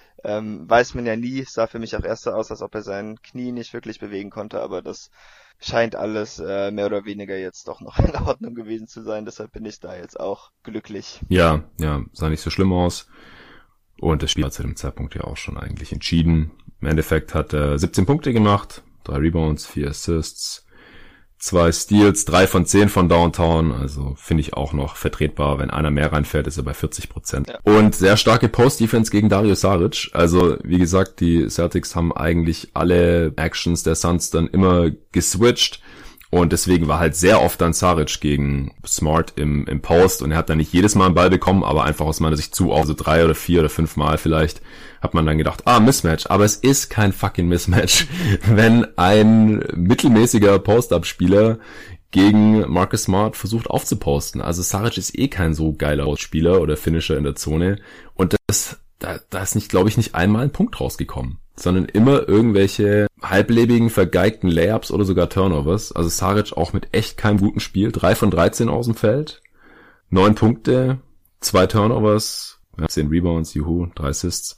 weiß man ja nie. Es sah für mich auch erst so aus, als ob er sein Knie nicht wirklich bewegen konnte, aber das scheint alles mehr oder weniger jetzt doch noch in Ordnung gewesen zu sein. Deshalb bin ich da jetzt auch glücklich. Ja, sah nicht so schlimm aus. Und das Spiel hat zu dem Zeitpunkt ja auch schon eigentlich entschieden. Im Endeffekt hat er 17 Punkte gemacht, 3 Rebounds, 4 Assists, 2 Steals, 3 von 10 von Downtown. Also finde ich auch noch vertretbar. Wenn einer mehr reinfährt, ist er bei 40%. Ja. Und sehr starke Post-Defense gegen Dario Saric. Also wie gesagt, die Celtics haben eigentlich alle Actions der Suns dann immer geswitcht. Und deswegen war halt sehr oft dann Saric gegen Smart im Post und er hat dann nicht jedes Mal einen Ball bekommen, aber einfach aus meiner Sicht zu oft, so 3 oder 4 oder 5 Mal vielleicht, hat man dann gedacht, Mismatch, aber es ist kein fucking Mismatch, wenn ein mittelmäßiger Post-Up-Spieler gegen Marcus Smart versucht aufzuposten. Also Saric ist eh kein so geiler Spieler oder Finisher in der Zone und da ist nicht, glaube ich, nicht einmal ein Punkt rausgekommen, sondern immer irgendwelche halblebigen, vergeigten Layups oder sogar Turnovers. Also Saric auch mit echt keinem guten Spiel. 3 von 13 aus dem Feld, 9 Punkte, 2 Turnovers, 10 Rebounds, 3 Assists,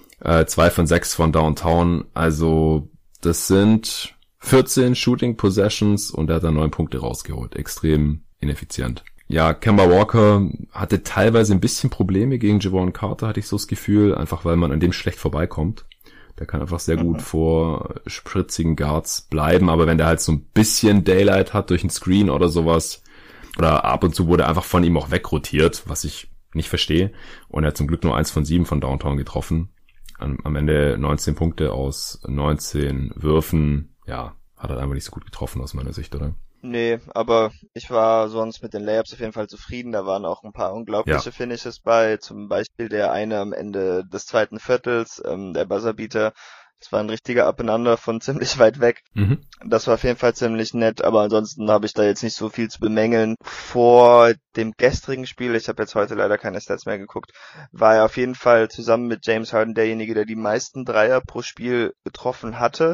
2 von 6 von Downtown. Also das sind 14 Shooting Possessions und er hat dann 9 Punkte rausgeholt. Extrem ineffizient. Ja, Kemba Walker hatte teilweise ein bisschen Probleme gegen Jevon Carter, hatte ich so das Gefühl, einfach weil man an dem schlecht vorbeikommt. Der kann einfach sehr gut vor spritzigen Guards bleiben, aber wenn der halt so ein bisschen Daylight hat durch ein Screen oder sowas, oder ab und zu wurde einfach von ihm auch wegrotiert, was ich nicht verstehe, und er hat zum Glück nur 1 von 7 von Downtown getroffen. Am Ende 19 Punkte aus 19 Würfen, ja, hat er einfach nicht so gut getroffen aus meiner Sicht, oder? Nee, aber ich war sonst mit den Layups auf jeden Fall zufrieden. Da waren auch ein paar unglaubliche Finishes bei. Zum Beispiel der eine am Ende des zweiten Viertels, der Buzzerbeater. Das war ein richtiger Up-and-Under von ziemlich weit weg. Das war auf jeden Fall ziemlich nett, aber ansonsten habe ich da jetzt nicht so viel zu bemängeln. Vor dem gestrigen Spiel, ich habe jetzt heute leider keine Stats mehr geguckt, war er auf jeden Fall zusammen mit James Harden derjenige, der die meisten Dreier pro Spiel getroffen hatte.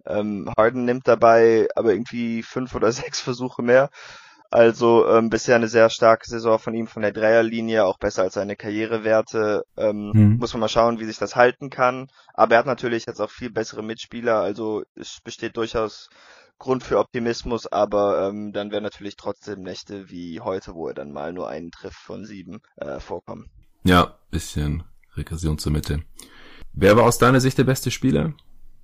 Harden nimmt dabei aber irgendwie 5 oder 6 Versuche mehr. Also bisher eine sehr starke Saison von ihm von der Dreierlinie, auch besser als seine Karrierewerte. Muss man mal schauen, wie sich das halten kann. Aber er hat natürlich jetzt auch viel bessere Mitspieler, also es besteht durchaus Grund für Optimismus, aber dann werden natürlich trotzdem Nächte wie heute, wo er dann mal nur einen trifft von 7 vorkommen. Ja, bisschen Rekursion zur Mitte. Wer war aus deiner Sicht der beste Spieler?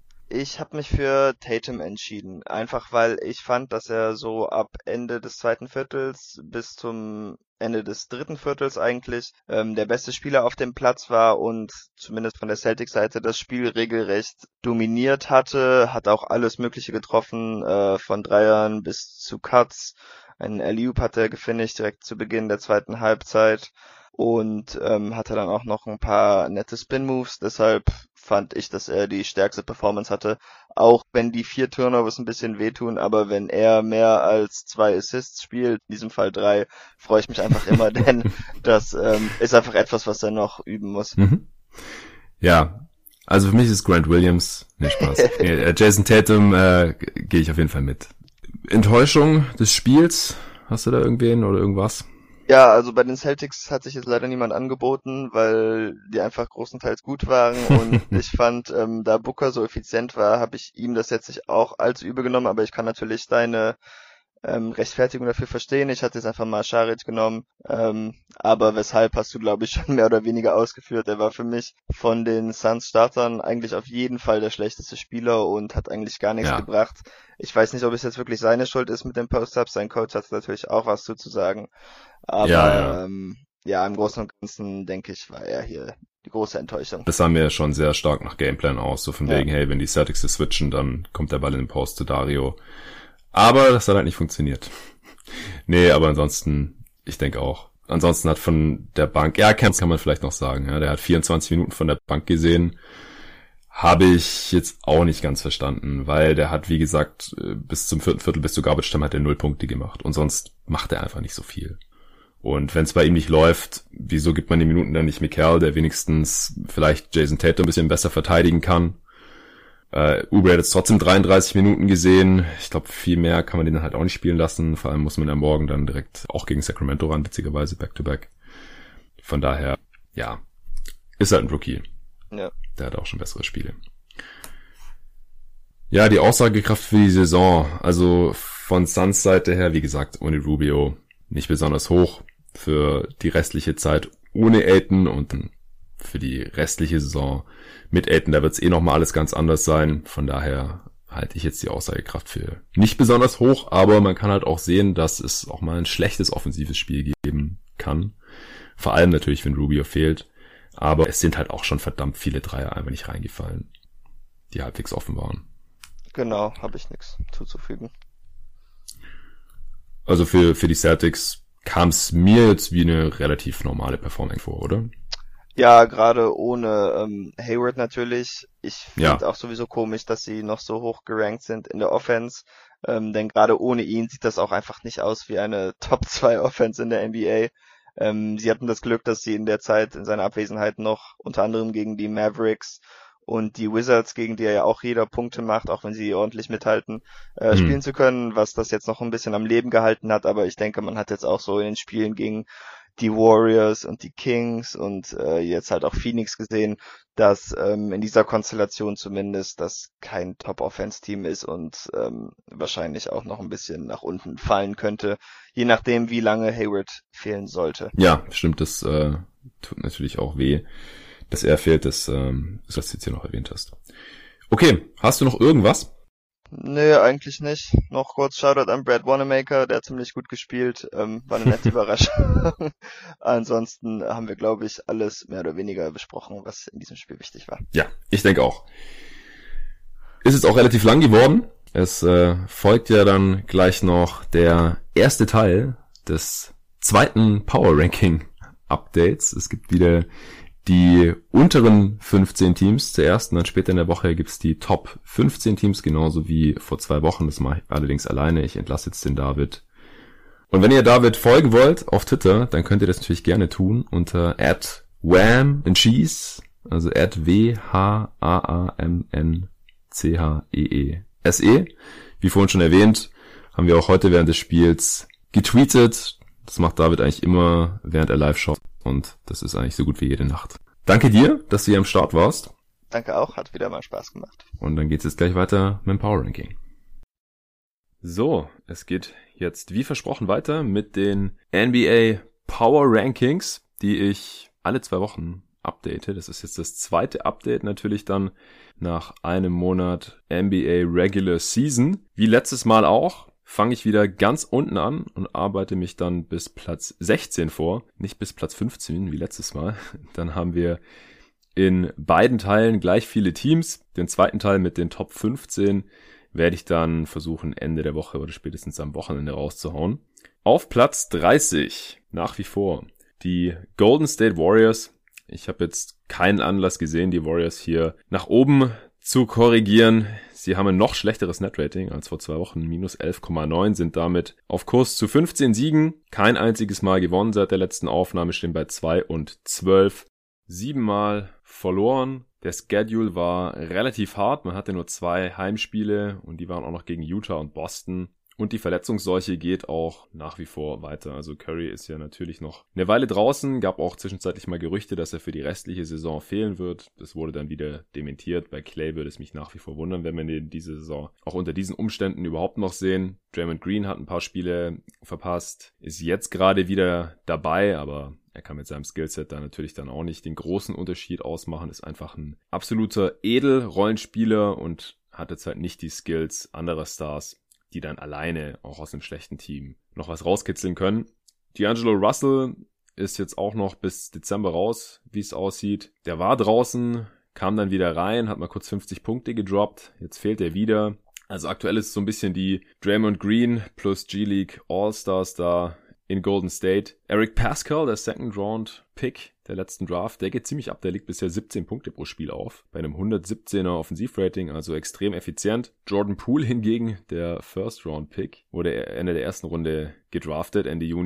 Ich habe mich für Tatum entschieden, einfach weil ich fand, dass er so ab Ende des zweiten Viertels bis zum Ende des dritten Viertels eigentlich der beste Spieler auf dem Platz war und zumindest von der Celtics-Seite das Spiel regelrecht dominiert hatte, hat auch alles Mögliche getroffen, von Dreiern bis zu Cuts. Einen Alley-oop hat er gefinisht direkt zu Beginn der zweiten Halbzeit und hatte dann auch noch ein paar nette Spin-Moves, deshalb fand ich, dass er die stärkste Performance hatte, auch wenn die 4 Turnovers ein bisschen wehtun, aber wenn er mehr als 2 Assists spielt, in diesem Fall 3, freue ich mich einfach immer, denn das ist einfach etwas, was er noch üben muss. Ja, also für mich ist Grant Williams, nee, Spaß. Jason Tatum gehe ich auf jeden Fall mit. Enttäuschung des Spiels, hast du da irgendwen oder irgendwas? Ja, also bei den Celtics hat sich jetzt leider niemand angeboten, weil die einfach großenteils gut waren und ich fand, da Booker so effizient war, habe ich ihm das jetzt nicht auch allzu übel genommen, aber ich kann natürlich deine Rechtfertigung dafür verstehen. Ich hatte jetzt einfach mal Šarić genommen, aber weshalb hast du, glaube ich, schon mehr oder weniger ausgeführt. Er war für mich von den Suns-Startern eigentlich auf jeden Fall der schlechteste Spieler und hat eigentlich gar nichts gebracht. Ich weiß nicht, ob es jetzt wirklich seine Schuld ist mit dem Post-Ups. Sein Coach hat natürlich auch was zu sagen. Aber im Großen und Ganzen, denke ich, war er hier die große Enttäuschung. Das sah mir schon sehr stark nach Gameplan aus. So von wegen, hey, wenn die Celtics das switchen, dann kommt der Ball in den Post zu Dario. Aber das hat halt nicht funktioniert. Nee, aber ansonsten, ich denke auch. Ansonsten hat von der Bank, kann man vielleicht noch sagen, ja, der hat 24 Minuten von der Bank gesehen. Habe ich jetzt auch nicht ganz verstanden, weil der hat, wie gesagt, bis zum vierten Viertel, bis zu Garbage Time hat er 0 Punkte gemacht. Und sonst macht er einfach nicht so viel. Und wenn es bei ihm nicht läuft, wieso gibt man die Minuten dann nicht Mikal, der wenigstens vielleicht Jason Tatum ein bisschen besser verteidigen kann? Oubre hat jetzt trotzdem 33 Minuten gesehen. Ich glaube, viel mehr kann man den dann halt auch nicht spielen lassen. Vor allem muss man ja morgen dann direkt auch gegen Sacramento ran, witzigerweise Back-to-Back. Von daher, ja, ist halt ein Rookie. Ja. Der hat auch schon bessere Spiele. Ja, die Aussagekraft für die Saison. Also von Suns Seite her, wie gesagt, ohne Rubio nicht besonders hoch. Für die restliche Zeit ohne Ayton und für die restliche Saison mit Ayton, da wird es nochmal alles ganz anders sein. Von daher halte ich jetzt die Aussagekraft für nicht besonders hoch, aber man kann halt auch sehen, dass es auch mal ein schlechtes offensives Spiel geben kann. Vor allem natürlich, wenn Rubio fehlt. Aber es sind halt auch schon verdammt viele Dreier einfach nicht reingefallen, die halbwegs offen waren. Genau, habe ich nichts zuzufügen. Also für die Celtics kam es mir jetzt wie eine relativ normale Performance vor, oder? Ja, gerade ohne Hayward natürlich. Ich finde auch sowieso komisch, dass sie noch so hoch gerankt sind in der Offense. Denn gerade ohne ihn sieht das auch einfach nicht aus wie eine Top 2 Offense in der NBA. Sie hatten das Glück, dass sie in der Zeit, in seiner Abwesenheit noch unter anderem gegen die Mavericks und die Wizards, gegen die ja auch jeder Punkte macht, auch wenn sie ordentlich mithalten, spielen zu können, was das jetzt noch ein bisschen am Leben gehalten hat. Aber ich denke, man hat jetzt auch so in den Spielen gegen die Warriors und die Kings und jetzt halt auch Phoenix gesehen, dass in dieser Konstellation zumindest das kein Top-Offense-Team ist und wahrscheinlich auch noch ein bisschen nach unten fallen könnte, je nachdem, wie lange Hayward fehlen sollte. Ja, stimmt, das tut natürlich auch weh, dass er fehlt, das ist, was du jetzt hier noch erwähnt hast. Okay, hast du noch irgendwas? Nee, eigentlich nicht. Noch kurz Shoutout an Brad Wanamaker, der hat ziemlich gut gespielt, war eine nette Überraschung. Ansonsten haben wir, glaube ich, alles mehr oder weniger besprochen, was in diesem Spiel wichtig war. Ja, ich denke auch. Ist jetzt auch relativ lang geworden. Es folgt ja dann gleich noch der erste Teil des zweiten Power Ranking Updates. Es gibt wieder die unteren 15 Teams zuerst und dann später in der Woche gibt's die Top 15 Teams, genauso wie vor 2 Wochen. Das mache ich allerdings alleine. Ich entlasse jetzt den David. Und wenn ihr David folgen wollt auf Twitter, dann könnt ihr das natürlich gerne tun unter @whamandcheese, also @WHAAMNCHEESE. Wie vorhin schon erwähnt, haben wir auch heute während des Spiels getweetet. Das macht David eigentlich immer, während er live schaut. Und das ist eigentlich so gut wie jede Nacht. Danke dir, dass du hier am Start warst. Danke auch, hat wieder mal Spaß gemacht. Und dann geht's jetzt gleich weiter mit dem Power Ranking. So, es geht jetzt wie versprochen weiter mit den NBA Power Rankings, die ich alle 2 Wochen update. Das ist jetzt das zweite Update natürlich dann nach einem Monat NBA Regular Season. Wie letztes Mal auch. Fange ich wieder ganz unten an und arbeite mich dann bis Platz 16 vor, nicht bis Platz 15 wie letztes Mal. Dann haben wir in beiden Teilen gleich viele Teams. Den zweiten Teil mit den Top 15 werde ich dann versuchen, Ende der Woche oder spätestens am Wochenende rauszuhauen. Auf Platz 30 nach wie vor die Golden State Warriors. Ich habe jetzt keinen Anlass gesehen, die Warriors hier nach oben zu korrigieren. Sie haben ein noch schlechteres Netrating als vor 2 Wochen, minus 11,9, sind damit auf Kurs zu 15 Siegen. Kein einziges Mal gewonnen seit der letzten Aufnahme, stehen bei 2-12. 7 Mal verloren. Der Schedule war relativ hart, man hatte nur 2 Heimspiele und die waren auch noch gegen Utah und Boston. Und die Verletzungsseuche geht auch nach wie vor weiter. Also Curry ist ja natürlich noch eine Weile draußen. Gab auch zwischenzeitlich mal Gerüchte, dass er für die restliche Saison fehlen wird. Das wurde dann wieder dementiert. Bei Clay würde es mich nach wie vor wundern, wenn wir ihn diese Saison auch unter diesen Umständen überhaupt noch sehen. Draymond Green hat ein paar Spiele verpasst, ist jetzt gerade wieder dabei, aber er kann mit seinem Skillset da natürlich dann auch nicht den großen Unterschied ausmachen. Ist einfach ein absoluter Edel-Rollenspieler und hat jetzt halt nicht die Skills anderer Stars, die dann alleine auch aus einem schlechten Team noch was rauskitzeln können. D'Angelo Russell ist jetzt auch noch bis Dezember raus, wie es aussieht. Der war draußen, kam dann wieder rein, hat mal kurz 50 Punkte gedroppt. Jetzt fehlt er wieder. Also aktuell ist es so ein bisschen die Draymond Green plus G-League All-Stars da in Golden State. Eric Pascal, der Second-Round-Pick der letzten Draft, der geht ziemlich ab. Der liegt bisher 17 Punkte pro Spiel auf. Bei einem 117er Offensivrating, also extrem effizient. Jordan Poole hingegen, der First-Round-Pick, wurde Ende der ersten Runde gedraftet, Ende Juni.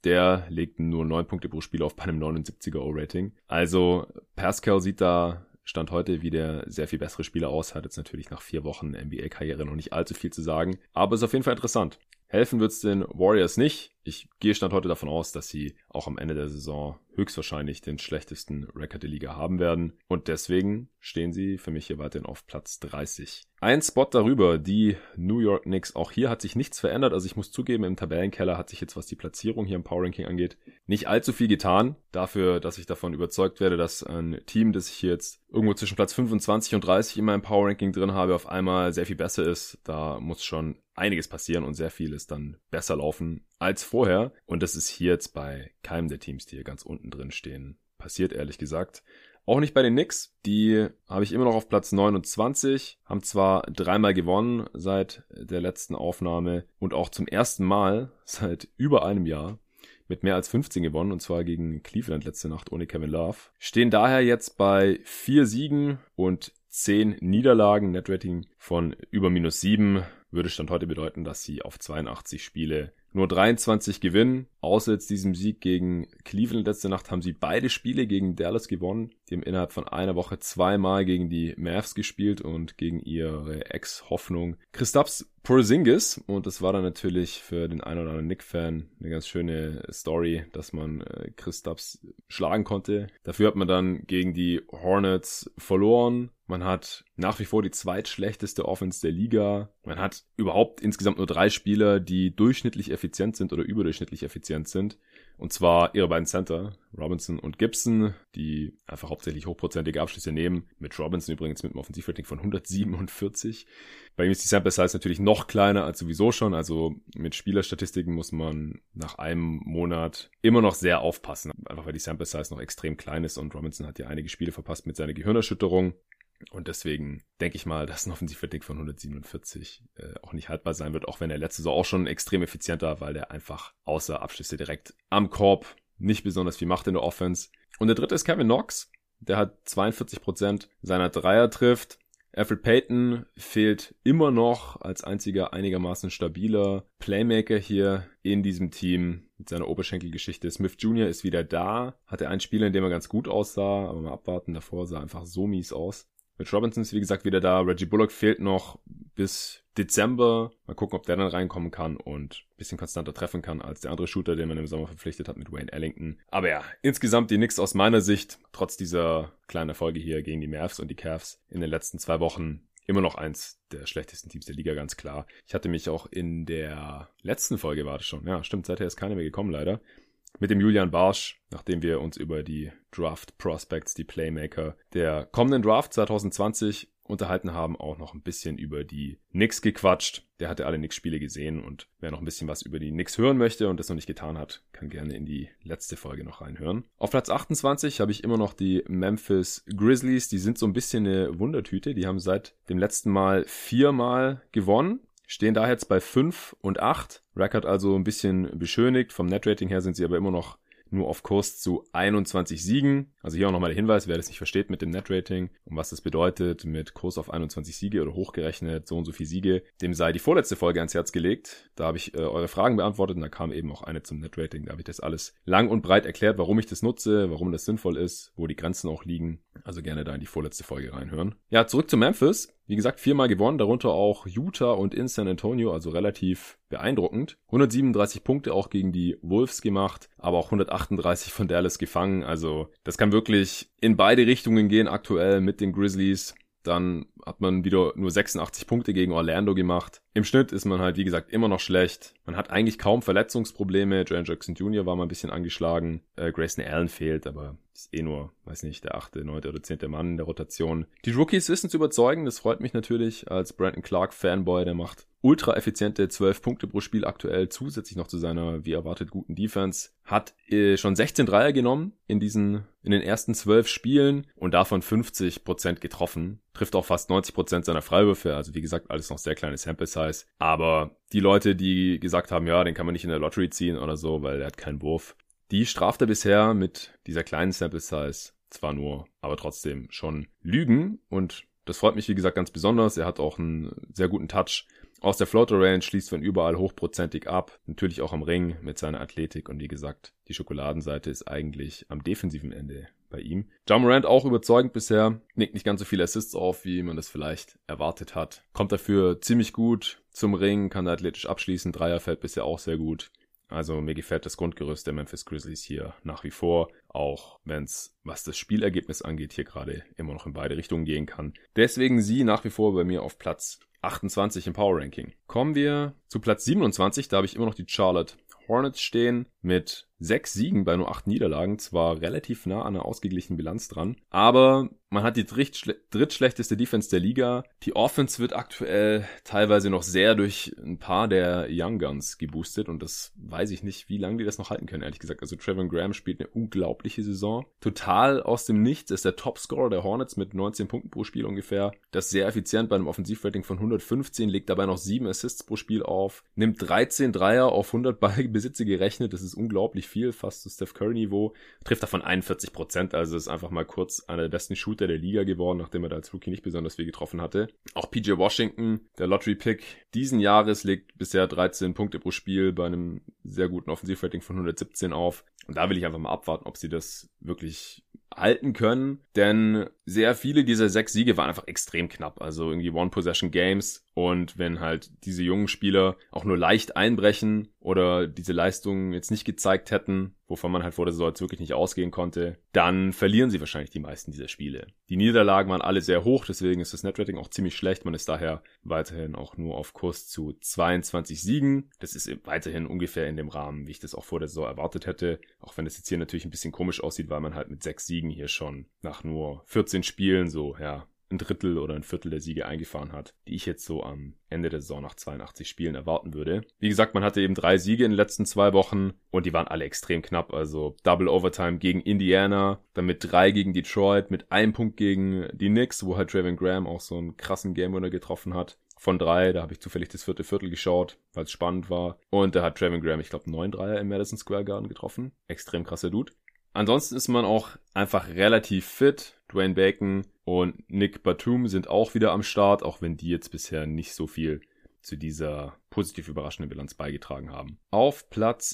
der legt nur 9 Punkte pro Spiel auf bei einem 79er O-Rating. Also Pascal sieht da Stand heute wie der sehr viel bessere Spieler aus, hat jetzt natürlich nach 4 Wochen NBA-Karriere noch nicht allzu viel zu sagen, aber ist auf jeden Fall interessant. Helfen wird's den Warriors nicht. Ich gehe Stand heute davon aus, dass sie auch am Ende der Saison höchstwahrscheinlich den schlechtesten Rekord der Liga haben werden. Und deswegen stehen sie für mich hier weiterhin auf Platz 30. Ein Spot darüber, die New York Knicks. Auch hier hat sich nichts verändert. Also ich muss zugeben, im Tabellenkeller hat sich jetzt, was die Platzierung hier im Power Ranking angeht, nicht allzu viel getan. Dafür, dass ich davon überzeugt werde, dass ein Team, das ich hier jetzt irgendwo zwischen Platz 25 und 30 in meinem Power Ranking drin habe, auf einmal sehr viel besser ist. Da muss schon einiges passieren und sehr vieles dann besser laufen als vorher. Und das ist hier jetzt bei keinem der Teams, die hier ganz unten drin stehen, passiert, ehrlich gesagt. Auch nicht bei den Knicks. Die habe ich immer noch auf Platz 29, haben zwar 3-mal gewonnen seit der letzten Aufnahme und auch zum ersten Mal seit über einem Jahr mit mehr als 15 gewonnen, und zwar gegen Cleveland letzte Nacht ohne Kevin Love. Stehen daher jetzt bei 4 Siegen und 10 Niederlagen. Netrating von über -7 würde Stand heute bedeuten, dass sie auf 82 Spiele nur 23 gewinnen. Außer jetzt diesem Sieg gegen Cleveland letzte Nacht haben sie beide Spiele gegen Dallas gewonnen. Die haben innerhalb von einer Woche 2-mal gegen die Mavs gespielt und gegen ihre Ex-Hoffnung Kristaps Porzingis. Und das war dann natürlich für den einen oder anderen Knick-Fan eine ganz schöne Story, dass man Kristaps schlagen konnte. Dafür hat man dann gegen die Hornets verloren. Man hat nach wie vor die zweitschlechteste Offense der Liga. Man hat überhaupt insgesamt nur 3 Spieler, die durchschnittlich effizient sind oder überdurchschnittlich effizient sind. Und zwar ihre beiden Center, Robinson und Gibson, die einfach hauptsächlich hochprozentige Abschlüsse nehmen. Mit Robinson übrigens mit einem Offensivrating von 147. Bei ihm ist die Sample Size natürlich noch kleiner als sowieso schon. Also mit Spielerstatistiken muss man nach einem Monat immer noch sehr aufpassen. Einfach weil die Sample Size noch extrem klein ist und Robinson hat ja einige Spiele verpasst mit seiner Gehirnerschütterung. Und deswegen denke ich mal, dass ein Offensivrating von 147 auch nicht haltbar sein wird, auch wenn er letzte Saison auch schon extrem effizient war, weil er einfach außer Abschlüsse direkt am Korb nicht besonders viel macht in der Offense. Und der dritte ist Kevin Knox, der hat 42% seiner Dreier trifft. Alfred Payton fehlt immer noch als einziger einigermaßen stabiler Playmaker hier in diesem Team mit seiner Oberschenkelgeschichte. Smith Jr. ist wieder da, hatte ein Spiel, in dem er ganz gut aussah, aber mal abwarten, davor sah er einfach so mies aus. Mit Robinson ist wie gesagt wieder da. Reggie Bullock fehlt noch bis Dezember. Mal gucken, ob der dann reinkommen kann und ein bisschen konstanter treffen kann als der andere Shooter, den man im Sommer verpflichtet hat mit Wayne Ellington. Aber ja, insgesamt die Knicks aus meiner Sicht, trotz dieser kleinen Erfolge hier gegen die Mavs und die Cavs in den letzten 2 Wochen, immer noch eins der schlechtesten Teams der Liga, ganz klar. Ich hatte mich auch in der letzten Folge, war das schon, ja stimmt, seither ist keiner mehr gekommen leider, mit dem Julian Barsch, nachdem wir uns über die Draft Prospects, die Playmaker der kommenden Draft 2020 unterhalten haben, auch noch ein bisschen über die Knicks gequatscht. Der hatte alle Knicks-Spiele gesehen und wer noch ein bisschen was über die Knicks hören möchte und das noch nicht getan hat, kann gerne in die letzte Folge noch reinhören. Auf Platz 28 habe ich immer noch die Memphis Grizzlies. Die sind so ein bisschen eine Wundertüte. Die haben seit dem letzten Mal 4-mal gewonnen. Stehen da jetzt bei 5 und 8. Record also ein bisschen beschönigt. Vom Netrating her sind sie aber immer noch nur auf Kurs zu 21 Siegen. Also hier auch nochmal der Hinweis, wer das nicht versteht mit dem Netrating und was das bedeutet mit Kurs auf 21 Siege oder hochgerechnet so und so viele Siege, dem sei die vorletzte Folge ans Herz gelegt. Da habe ich eure Fragen beantwortet und da kam eben auch eine zum Netrating. Da habe ich das alles lang und breit erklärt, warum ich das nutze, warum das sinnvoll ist, wo die Grenzen auch liegen. Also gerne da in die vorletzte Folge reinhören. Ja, zurück zu Memphis. Wie gesagt, 4-mal gewonnen, darunter auch Utah und in San Antonio, also relativ beeindruckend. 137 Punkte auch gegen die Wolves gemacht, aber auch 138 von Dallas gefangen. Also das kann wirklich in beide Richtungen gehen aktuell mit den Grizzlies. Dann hat man wieder nur 86 Punkte gegen Orlando gemacht. Im Schnitt ist man halt, wie gesagt, immer noch schlecht. Man hat eigentlich kaum Verletzungsprobleme. Jaren Jackson Jr. war mal ein bisschen angeschlagen. Grayson Allen fehlt, aber ist nur, weiß nicht, der 8., 9. oder 10. Mann in der Rotation. Die Rookies wissen zu überzeugen. Das freut mich natürlich als Brandon Clark Fanboy. Der macht ultra effiziente 12 Punkte pro Spiel aktuell, zusätzlich noch zu seiner, wie erwartet, guten Defense. Hat schon 16 Dreier genommen in den ersten 12 Spielen und davon 50% getroffen. Trifft auch fast 90% seiner Freiwürfe, also wie gesagt, alles noch sehr kleine Sample Size. Aber die Leute, die gesagt haben, ja, den kann man nicht in der Lottery ziehen oder so, weil er hat keinen Wurf, die straft er bisher mit dieser kleinen Sample Size zwar nur, aber trotzdem schon Lügen. Und das freut mich, wie gesagt, ganz besonders. Er hat auch einen sehr guten Touch aus der Floater Range, schließt von überall hochprozentig ab. Natürlich auch am Ring mit seiner Athletik. Und wie gesagt, die Schokoladenseite ist eigentlich am defensiven Ende bei ihm. Ja Morant auch überzeugend bisher. Legt nicht ganz so viele Assists auf, wie man das vielleicht erwartet hat. Kommt dafür ziemlich gut zum Ring, kann athletisch abschließen. Dreier fällt bisher auch sehr gut. Also mir gefällt das Grundgerüst der Memphis Grizzlies hier nach wie vor, auch wenn es, was das Spielergebnis angeht, hier gerade immer noch in beide Richtungen gehen kann. Deswegen sie nach wie vor bei mir auf Platz 28 im Power Ranking. Kommen wir zu Platz 27, da habe ich immer noch die Charlotte Hornets stehen mit 6 Siegen bei nur 8 Niederlagen, zwar relativ nah an einer ausgeglichenen Bilanz dran, aber man hat die drittschlechteste Defense der Liga. Die Offense wird aktuell teilweise noch sehr durch ein paar der Young Guns geboostet und das weiß ich nicht, wie lange die das noch halten können, ehrlich gesagt. Also Trevor Graham spielt eine unglaubliche Saison. Total aus dem Nichts ist der Topscorer der Hornets mit 19 Punkten pro Spiel ungefähr. Das ist sehr effizient bei einem Offensivrating von 115, legt dabei noch 7 Assists pro Spiel auf, nimmt 13 Dreier auf 100 Ballbesitze gerechnet. Das ist unglaublich viel, fast zu Steph Curry Niveau. Trifft davon 41%, also ist einfach mal kurz einer der besten Shooter der Liga geworden, nachdem er da als Rookie nicht besonders viel getroffen hatte. Auch PJ Washington, der Lottery-Pick diesen Jahres, legt bisher 13 Punkte pro Spiel bei einem sehr guten Offensivrating von 117 auf. Und da will ich einfach mal abwarten, ob sie das wirklich halten können, denn sehr viele dieser 6 Siege waren einfach extrem knapp, also irgendwie One-Possession-Games und wenn halt diese jungen Spieler auch nur leicht einbrechen oder diese Leistungen jetzt nicht gezeigt hätten, wovon man halt vor der Saison jetzt wirklich nicht ausgehen konnte, dann verlieren sie wahrscheinlich die meisten dieser Spiele. Die Niederlagen waren alle sehr hoch, deswegen ist das Netrating auch ziemlich schlecht, man ist daher weiterhin auch nur auf Kurs zu 22 Siegen, das ist weiterhin ungefähr in dem Rahmen, wie ich das auch vor der Saison erwartet hätte, auch wenn das jetzt hier natürlich ein bisschen komisch aussieht, weil man halt mit 6 Siegen hier schon nach nur 14 Spielen so, ja, ein Drittel oder ein Viertel der Siege eingefahren hat, die ich jetzt so am Ende der Saison nach 82 Spielen erwarten würde. Wie gesagt, man hatte eben 3 Siege in den letzten 2 Wochen und die waren alle extrem knapp, also Double Overtime gegen Indiana, dann mit 3 gegen Detroit, mit 1 Punkt gegen die Knicks, wo halt Trevor Graham auch so einen krassen Game-Winner getroffen hat. Von 3, da habe ich zufällig das 4. Viertel geschaut, weil es spannend war. Und da hat Trevor Graham, ich glaube, 9 Dreier im Madison Square Garden getroffen. Extrem krasser Dude. Ansonsten ist man auch einfach relativ fit. Dwayne Bacon und Nick Batum sind auch wieder am Start, auch wenn die jetzt bisher nicht so viel zu dieser positiv überraschenden Bilanz beigetragen haben. Auf Platz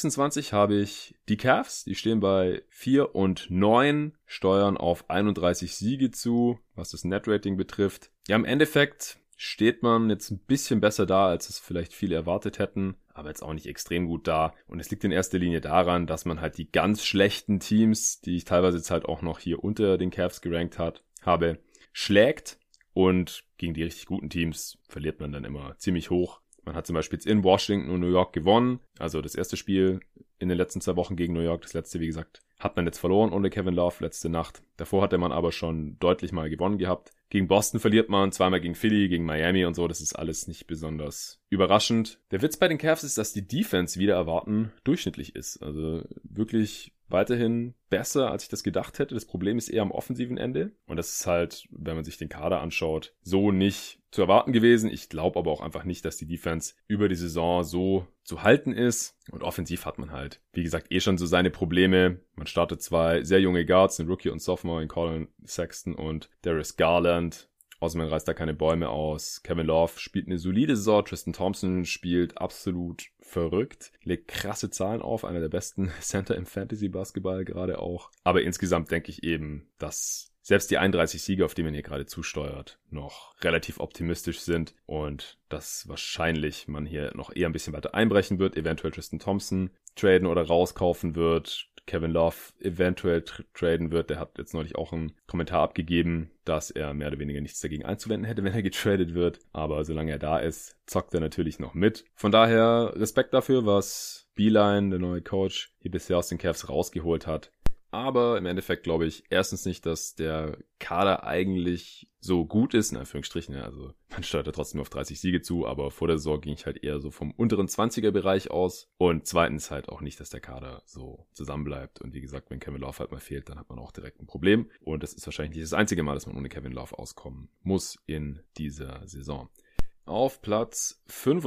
26 habe ich die Cavs. Die stehen bei 4 und 9, steuern auf 31 Siege zu, was das Net-Rating betrifft. Ja, im Endeffekt steht man jetzt ein bisschen besser da, als es vielleicht viele erwartet hätten, aber jetzt auch nicht extrem gut da. Und es liegt in erster Linie daran, dass man halt die ganz schlechten Teams, die ich teilweise jetzt halt auch noch hier unter den Cavs gerankt habe, schlägt. Und gegen die richtig guten Teams verliert man dann immer ziemlich hoch. Man hat zum Beispiel jetzt in Washington und New York gewonnen. Also das erste Spiel in den letzten 2 Wochen gegen New York. Das letzte, wie gesagt, hat man jetzt verloren ohne Kevin Love letzte Nacht. Davor hatte man aber schon deutlich mal gewonnen gehabt. Gegen Boston verliert man, 2-mal gegen Philly, gegen Miami und so. Das ist alles nicht besonders überraschend. Der Witz bei den Cavs ist, dass die Defense wieder erwarten durchschnittlich ist. Also wirklich weiterhin besser, als ich das gedacht hätte. Das Problem ist eher am offensiven Ende. Und das ist halt, wenn man sich den Kader anschaut, so nicht zu erwarten gewesen. Ich glaube aber auch einfach nicht, dass die Defense über die Saison so zu halten ist. Und offensiv hat man halt, wie gesagt, schon so seine Probleme. Man startet 2 sehr junge Guards, einen Rookie und Sophomore in Colin Sexton und Darius Garland. Außerdem reißt da keine Bäume aus. Kevin Love spielt eine solide Saison. Tristan Thompson spielt absolut verrückt. Legt krasse Zahlen auf. Einer der besten Center im Fantasy-Basketball gerade auch. Aber insgesamt denke ich eben, dass selbst die 31 Siege, auf die man hier gerade zusteuert, noch relativ optimistisch sind. Und dass wahrscheinlich man hier noch eher ein bisschen weiter einbrechen wird. Eventuell Tristan Thompson traden oder rauskaufen wird. Kevin Love eventuell traden wird. Der hat jetzt neulich auch einen Kommentar abgegeben, dass er mehr oder weniger nichts dagegen einzuwenden hätte, wenn er getradet wird. Aber solange er da ist, zockt er natürlich noch mit. Von daher Respekt dafür, was Beilein, der neue Coach, hier bisher aus den Cavs rausgeholt hat. Aber im Endeffekt glaube ich erstens nicht, dass der Kader eigentlich so gut ist, in Anführungsstrichen. Also man steuert ja trotzdem auf 30 Siege zu, aber vor der Saison ging ich halt eher so vom unteren 20er-Bereich aus. Und zweitens halt auch nicht, dass der Kader so zusammenbleibt. Und wie gesagt, wenn Kevin Love halt mal fehlt, dann hat man auch direkt ein Problem. Und das ist wahrscheinlich nicht das einzige Mal, dass man ohne Kevin Love auskommen muss in dieser Saison. Auf Platz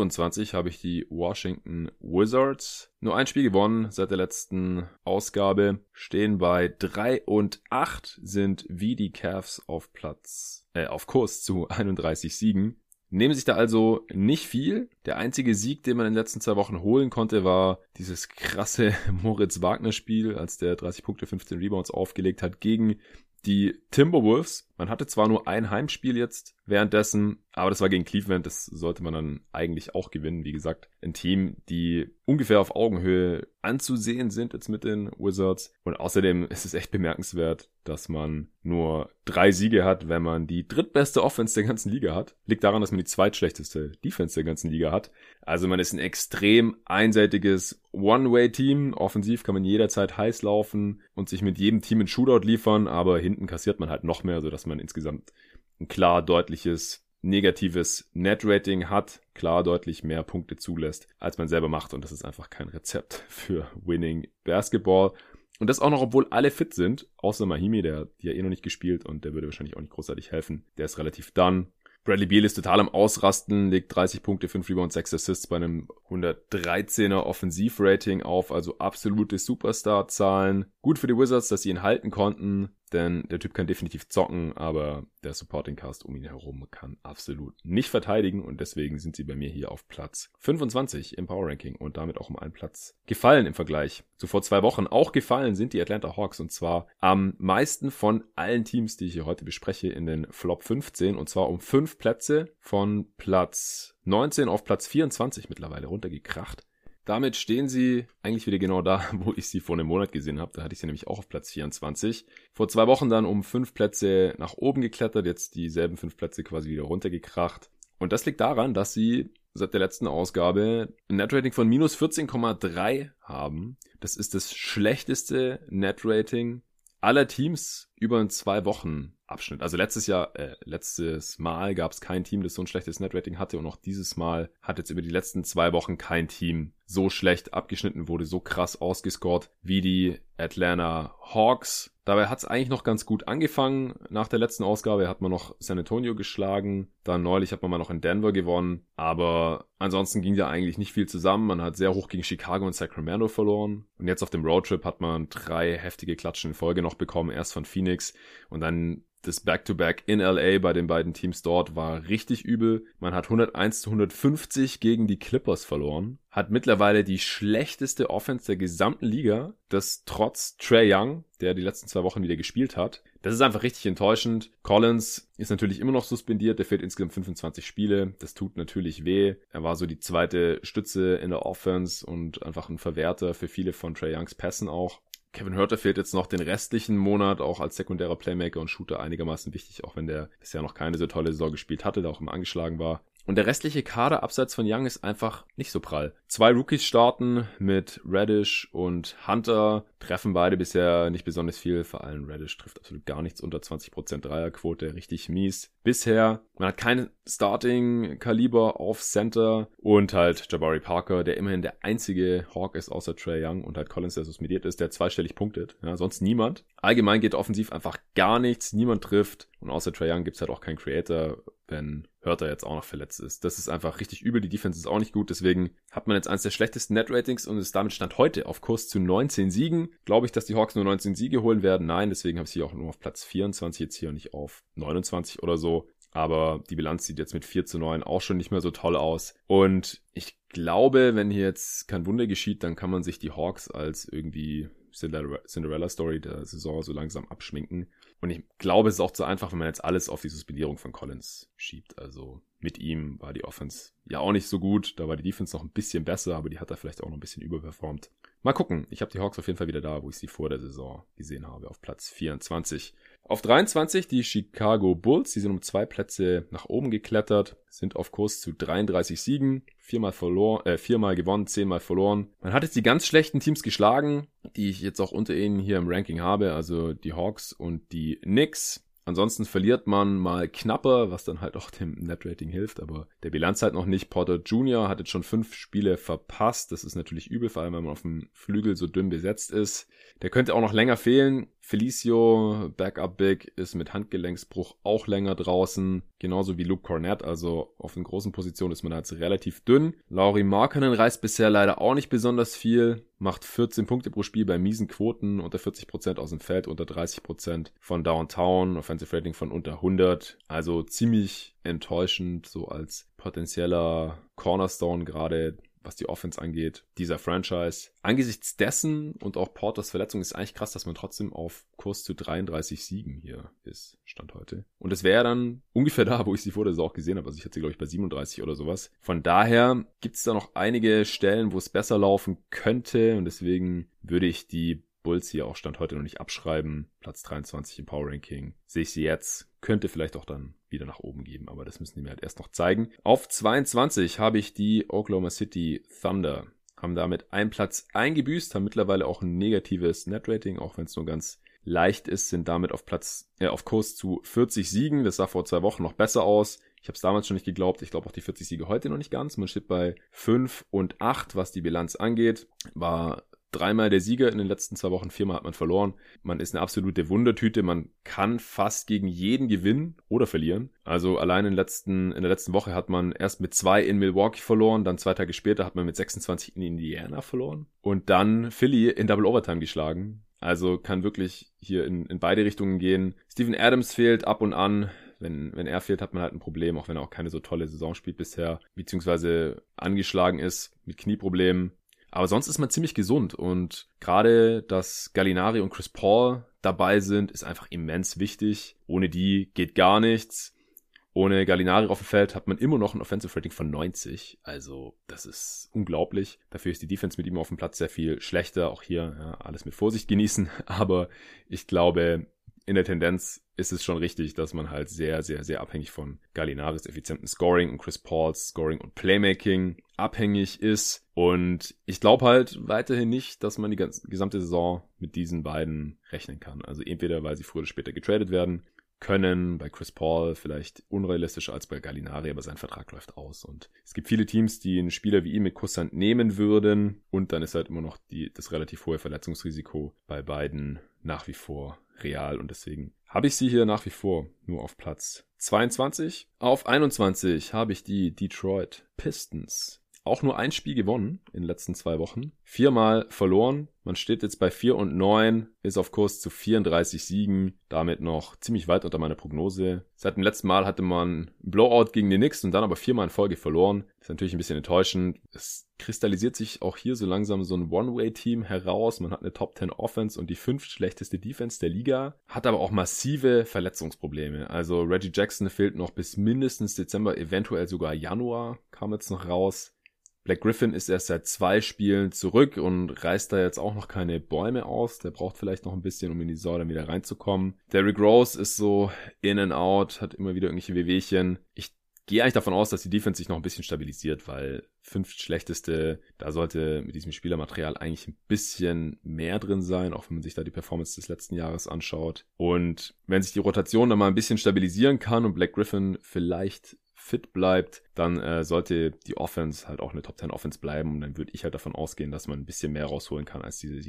25 habe ich die Washington Wizards. Nur ein Spiel gewonnen seit der letzten Ausgabe. Stehen bei 3 und 8, sind wie die Cavs auf Kurs zu 31 Siegen. nehmen sich da also nicht viel. Der einzige Sieg, den man in den letzten 2 Wochen holen konnte, war dieses krasse Moritz-Wagner-Spiel, als der 30 Punkte, 15 Rebounds aufgelegt hat gegen die Timberwolves. Man hatte zwar nur ein Heimspiel jetzt währenddessen, aber das war gegen Cleveland. Das sollte man dann eigentlich auch gewinnen. Wie gesagt, ein Team, die ungefähr auf Augenhöhe anzusehen sind jetzt mit den Wizards. Und außerdem ist es echt bemerkenswert, dass man nur 3 Siege hat, wenn man die drittbeste Offense der ganzen Liga hat. Liegt daran, dass man die zweitschlechteste Defense der ganzen Liga hat. Also man ist ein extrem einseitiges One-Way-Team. Offensiv kann man jederzeit heiß laufen und sich mit jedem Team einen Shootout liefern, aber hinten kassiert man halt noch mehr, sodass man insgesamt ein klar deutliches negatives Net-Rating hat, klar deutlich mehr Punkte zulässt, als man selber macht. Und das ist einfach kein Rezept für Winning Basketball. Und das auch noch, obwohl alle fit sind, außer Mahimi, die ja noch nicht gespielt und der würde wahrscheinlich auch nicht großartig helfen. Der ist relativ done. Bradley Beal ist total am Ausrasten, legt 30 Punkte, 5 Rebounds, 6 Assists bei einem 113er Offensivrating auf, also absolute Superstar-Zahlen. Gut für die Wizards, dass sie ihn halten konnten, denn der Typ kann definitiv zocken, aber der Supporting Cast um ihn herum kann absolut nicht verteidigen und deswegen sind sie bei mir hier auf Platz 25 im Power Ranking und damit auch um einen Platz gefallen im Vergleich zu vor 2 Wochen. Auch gefallen sind die Atlanta Hawks und zwar am meisten von allen Teams, die ich hier heute bespreche, in den Flop 15 und zwar um 5 Plätze von Platz 19 auf Platz 24 mittlerweile runtergekracht. Damit stehen sie eigentlich wieder genau da, wo ich sie vor einem Monat gesehen habe. Da hatte ich sie nämlich auch auf Platz 24. Vor 2 Wochen dann um 5 Plätze nach oben geklettert, jetzt dieselben 5 Plätze quasi wieder runtergekracht. Und das liegt daran, dass sie seit der letzten Ausgabe ein Netrating von minus 14,3 haben. Das ist das schlechteste Netrating aller Teams über einen 2 Wochen Abschnitt. Also letztes Mal gab es kein Team, das so ein schlechtes Netrating hatte und auch dieses Mal hat jetzt über die letzten 2 Wochen kein Team so schlecht abgeschnitten, wurde so krass ausgescored wie die Atlanta Hawks. Dabei hat es eigentlich noch ganz gut angefangen. Nach der letzten Ausgabe hat man noch San Antonio geschlagen. Dann neulich hat man mal noch in Denver gewonnen. Aber ansonsten ging da eigentlich nicht viel zusammen. Man hat sehr hoch gegen Chicago und Sacramento verloren. Und jetzt auf dem Roadtrip hat man 3 heftige Klatschen in Folge noch bekommen. Erst von Phoenix und dann das Back-to-Back in LA bei den beiden Teams dort war richtig übel. Man hat 101-150 gegen die Clippers verloren. Hat mittlerweile die schlechteste Offense der gesamten Liga. Das trotz Trae Young, der die letzten 2 Wochen wieder gespielt hat. Das ist einfach richtig enttäuschend. Collins ist natürlich immer noch suspendiert. Der fehlt insgesamt 25 Spiele. Das tut natürlich weh. Er war so die zweite Stütze in der Offense und einfach ein Verwerter für viele von Trae Youngs Pässen auch. Kevin Huerter fehlt jetzt noch den restlichen Monat, auch als sekundärer Playmaker und Shooter einigermaßen wichtig, auch wenn der bisher noch keine so tolle Saison gespielt hatte, der auch immer angeschlagen war. Und der restliche Kader abseits von Young ist einfach nicht so prall. 2 Rookies starten mit Reddish und Hunter, treffen beide bisher nicht besonders viel. Vor allem Reddish trifft absolut gar nichts unter 20% Dreierquote, richtig mies. Bisher, man hat kein Starting-Kaliber auf Center und halt Jabari Parker, der immerhin der einzige Hawk ist außer Trae Young und halt Collins, der suspendiert ist, der zweistellig punktet. Ja, sonst niemand. Allgemein geht offensiv einfach gar nichts, niemand trifft und außer Trae Young gibt's halt auch keinen Creator, wenn Huerter jetzt auch noch verletzt ist. Das ist einfach richtig übel, die Defense ist auch nicht gut, deswegen hat man jetzt eines der schlechtesten Net-Ratings und ist damit Stand heute auf Kurs zu 19 Siegen. Glaube ich, dass die Hawks nur 19 Siege holen werden? Nein, deswegen habe ich sie auch nur auf Platz 24 jetzt hier und nicht auf 29 oder so. Aber die Bilanz sieht jetzt mit 4-9 auch schon nicht mehr so toll aus. Und ich glaube, wenn hier jetzt kein Wunder geschieht, dann kann man sich die Hawks als irgendwie Cinderella-Story der Saison so langsam abschminken. Und ich glaube, es ist auch zu einfach, wenn man jetzt alles auf die Suspendierung von Collins schiebt. Also mit ihm war die Offense ja auch nicht so gut. Da war die Defense noch ein bisschen besser, aber die hat da vielleicht auch noch ein bisschen überperformt. Mal gucken. Ich habe die Hawks auf jeden Fall wieder da, wo ich sie vor der Saison gesehen habe, auf Platz 24. Auf 23 die Chicago Bulls. Die sind um 2 Plätze nach oben geklettert, sind auf Kurs zu 33 Siegen. 4-mal gewonnen, 10-mal verloren. Man hat jetzt die ganz schlechten Teams geschlagen, die ich jetzt auch unter ihnen hier im Ranking habe, also die Hawks und die Knicks. Ansonsten verliert man mal knapper, was dann halt auch dem Net-Rating hilft, aber der Bilanz halt noch nicht. Porter Jr. hat jetzt schon 5 Spiele verpasst. Das ist natürlich übel, vor allem wenn man auf dem Flügel so dünn besetzt ist. Der könnte auch noch länger fehlen. Felicio, Backup Big, ist mit Handgelenksbruch auch länger draußen. genauso wie Luke Cornett, also auf den großen Positionen ist man da jetzt relativ dünn. Lauri Markkanen reißt bisher leider auch nicht besonders viel, macht 14 Punkte pro Spiel bei miesen Quoten, unter 40% aus dem Feld, unter 30% von Downtown, Offensive Rating von unter 100, also ziemlich enttäuschend, so als potenzieller Cornerstone gerade, was die Offense angeht, dieser Franchise. Angesichts dessen und auch Porters Verletzung ist eigentlich krass, dass man trotzdem auf Kurs zu 33 Siegen hier ist, Stand heute. Und es wäre dann ungefähr da, wo ich sie vor der Saison auch gesehen habe. Also ich hatte sie, glaube ich, bei 37 oder sowas. Von daher gibt es da noch einige Stellen, wo es besser laufen könnte. Und deswegen würde ich die Bulls hier auch Stand heute noch nicht abschreiben. Platz 23 im Power Ranking. Sehe ich sie jetzt. Könnte vielleicht auch dann wieder nach oben geben, aber das müssen die mir halt erst noch zeigen. Auf 22 habe ich die Oklahoma City Thunder. Haben damit einen Platz eingebüßt, haben mittlerweile auch ein negatives Net-Rating, auch wenn es nur ganz leicht ist, sind damit auf Kurs zu 40 Siegen. Das sah vor 2 Wochen noch besser aus. Ich habe es damals schon nicht geglaubt. Ich glaube auch die 40 Siege heute noch nicht ganz. Man steht bei 5 und 8, was die Bilanz angeht. War 3-mal der Sieger in den letzten 2 Wochen, 4-mal hat man verloren. Man ist eine absolute Wundertüte. Man kann fast gegen jeden gewinnen oder verlieren. Also allein in der letzten Woche hat man erst mit 2 in Milwaukee verloren, dann 2 Tage später hat man mit 26 in Indiana verloren und dann Philly in Double Overtime geschlagen. Also kann wirklich hier in beide Richtungen gehen. Steven Adams fehlt ab und an. Wenn er fehlt, hat man halt ein Problem, auch wenn er auch keine so tolle Saison spielt bisher, beziehungsweise angeschlagen ist mit Knieproblemen. Aber sonst ist man ziemlich gesund und gerade, dass Gallinari und Chris Paul dabei sind, ist einfach immens wichtig. Ohne die geht gar nichts. Ohne Gallinari auf dem Feld hat man immer noch ein Offensive Rating von 90. Also das ist unglaublich. Dafür ist die Defense mit ihm auf dem Platz sehr viel schlechter. Auch hier alles mit Vorsicht genießen. Aber ich glaube, in der Tendenz ist es schon richtig, dass man halt sehr, sehr, sehr abhängig von Gallinaris effizienten Scoring und Chris Pauls Scoring und Playmaking abhängig ist. Und ich glaube halt weiterhin nicht, dass man die gesamte Saison mit diesen beiden rechnen kann. Also entweder, weil sie früher oder später getradet werden können, bei Chris Paul vielleicht unrealistischer als bei Gallinari, aber sein Vertrag läuft aus. Und es gibt viele Teams, die einen Spieler wie ihn mit Kusshand nehmen würden. Und dann ist halt immer noch das relativ hohe Verletzungsrisiko bei beiden nach wie vor real. Und deswegen habe ich sie hier nach wie vor nur auf Platz 22. Auf 21 habe ich die Detroit Pistons. Auch nur ein Spiel gewonnen in den letzten 2 Wochen. 4-mal verloren. Man steht jetzt bei 4-9, ist auf Kurs zu 34 Siegen. Damit noch ziemlich weit unter meiner Prognose. Seit dem letzten Mal hatte man ein Blowout gegen die Knicks und dann aber 4-mal in Folge verloren. Das ist natürlich ein bisschen enttäuschend. Es kristallisiert sich auch hier so langsam so ein One-Way-Team heraus. Man hat eine Top 10 Offense und die 5. schlechteste Defense der Liga. Hat aber auch massive Verletzungsprobleme. Also Reggie Jackson fehlt noch bis mindestens Dezember, eventuell sogar Januar, kam jetzt noch raus. Black Griffin ist erst seit 2 Spielen zurück und reißt da jetzt auch noch keine Bäume aus. Der braucht vielleicht noch ein bisschen, um in die Saison dann wieder reinzukommen. Derrick Rose ist so in and out, hat immer wieder irgendwelche Wehwehchen. Ich gehe eigentlich davon aus, dass die Defense sich noch ein bisschen stabilisiert, weil 5. schlechteste, da sollte mit diesem Spielermaterial eigentlich ein bisschen mehr drin sein, auch wenn man sich da die Performance des letzten Jahres anschaut. Und wenn sich die Rotation dann mal ein bisschen stabilisieren kann und Black Griffin vielleicht fit bleibt, dann sollte die Offense halt auch eine Top 10 Offense bleiben und dann würde ich halt davon ausgehen, dass man ein bisschen mehr rausholen kann als diese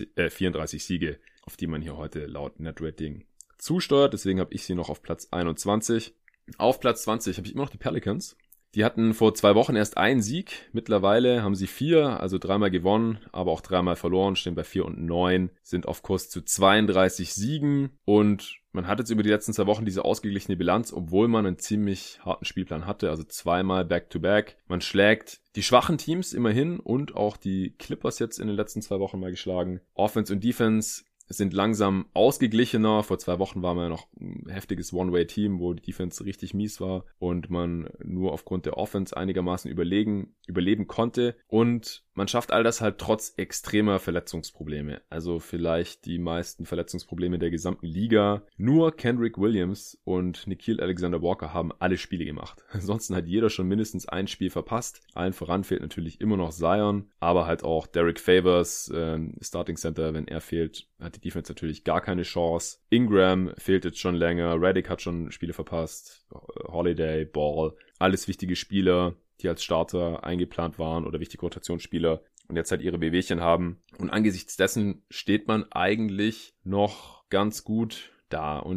34 Siege, auf die man hier heute laut Net Rating zusteuert. Deswegen habe ich sie noch auf Platz 21. Auf Platz 20 habe ich immer noch die Pelicans. Die hatten vor 2 Wochen erst einen Sieg. Mittlerweile haben sie 4, also 3-mal gewonnen, aber auch 3-mal verloren, stehen bei 4-9, sind auf Kurs zu 32 Siegen. Und man hat jetzt über die letzten 2 Wochen diese ausgeglichene Bilanz, obwohl man einen ziemlich harten Spielplan hatte, also 2-mal Back-to-Back. Man schlägt die schwachen Teams immerhin und auch die Clippers jetzt in den letzten 2 Wochen mal geschlagen. Offense und Defense sind langsam ausgeglichener. Vor 2 Wochen war man ja noch ein heftiges One-Way-Team, wo die Defense richtig mies war und man nur aufgrund der Offense einigermaßen überleben konnte. Und man schafft all das halt trotz extremer Verletzungsprobleme. Also vielleicht die meisten Verletzungsprobleme der gesamten Liga. Nur Kendrick Williams und Nickeil Alexander-Walker haben alle Spiele gemacht. Ansonsten hat jeder schon mindestens ein Spiel verpasst. Allen voran fehlt natürlich immer noch Zion, aber halt auch Derek Favors, Starting Center, wenn er fehlt, hat die Defense natürlich gar keine Chance. Ingram fehlt jetzt schon länger, Redick hat schon Spiele verpasst, Holiday, Ball, alles wichtige Spieler, die als Starter eingeplant waren oder wichtige Rotationsspieler und jetzt halt ihre Wehwehchen haben. Und angesichts dessen steht man eigentlich noch ganz gut da. Und ich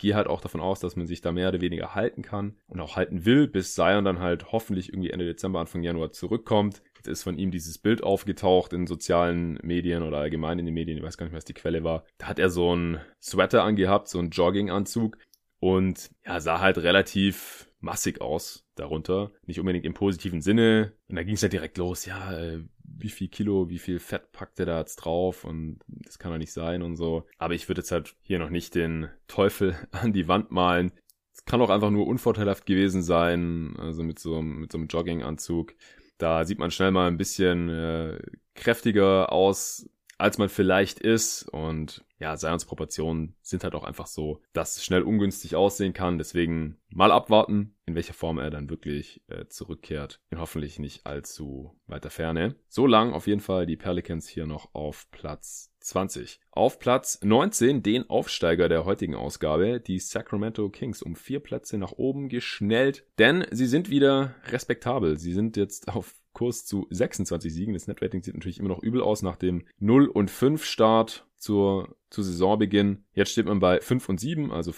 gehe halt auch davon aus, dass man sich da mehr oder weniger halten kann und auch halten will, bis Zion dann halt hoffentlich irgendwie Ende Dezember, Anfang Januar zurückkommt. Jetzt ist von ihm dieses Bild aufgetaucht in sozialen Medien oder allgemein in den Medien, ich weiß gar nicht mehr, was die Quelle war. Da hat er so einen Sweater angehabt, so einen Jogginganzug und ja, sah halt relativ massig aus darunter. Nicht unbedingt im positiven Sinne. Und da ging es ja direkt los, ja, wie viel Kilo, wie viel Fett packt er da jetzt drauf und das kann doch nicht sein und so. Aber ich würde jetzt halt hier noch nicht den Teufel an die Wand malen. Es kann auch einfach nur unvorteilhaft gewesen sein, also mit so einem Jogginganzug. Da sieht man schnell mal ein bisschen kräftiger aus, als man vielleicht ist. Und ja, Zions Proportionen sind halt auch einfach so, dass es schnell ungünstig aussehen kann. Deswegen mal abwarten, in welcher Form er dann wirklich zurückkehrt. In hoffentlich nicht allzu weiter Ferne. So lang auf jeden Fall die Pelicans hier noch auf Platz 20. Auf Platz 19 den Aufsteiger der heutigen Ausgabe, die Sacramento Kings, um 4 Plätze nach oben geschnellt, denn sie sind wieder respektabel. Sie sind jetzt auf Kurs zu 26 Siegen. Das Netrating sieht natürlich immer noch übel aus nach dem 0-5 Start zu Saisonbeginn. Jetzt steht man bei 5-7, also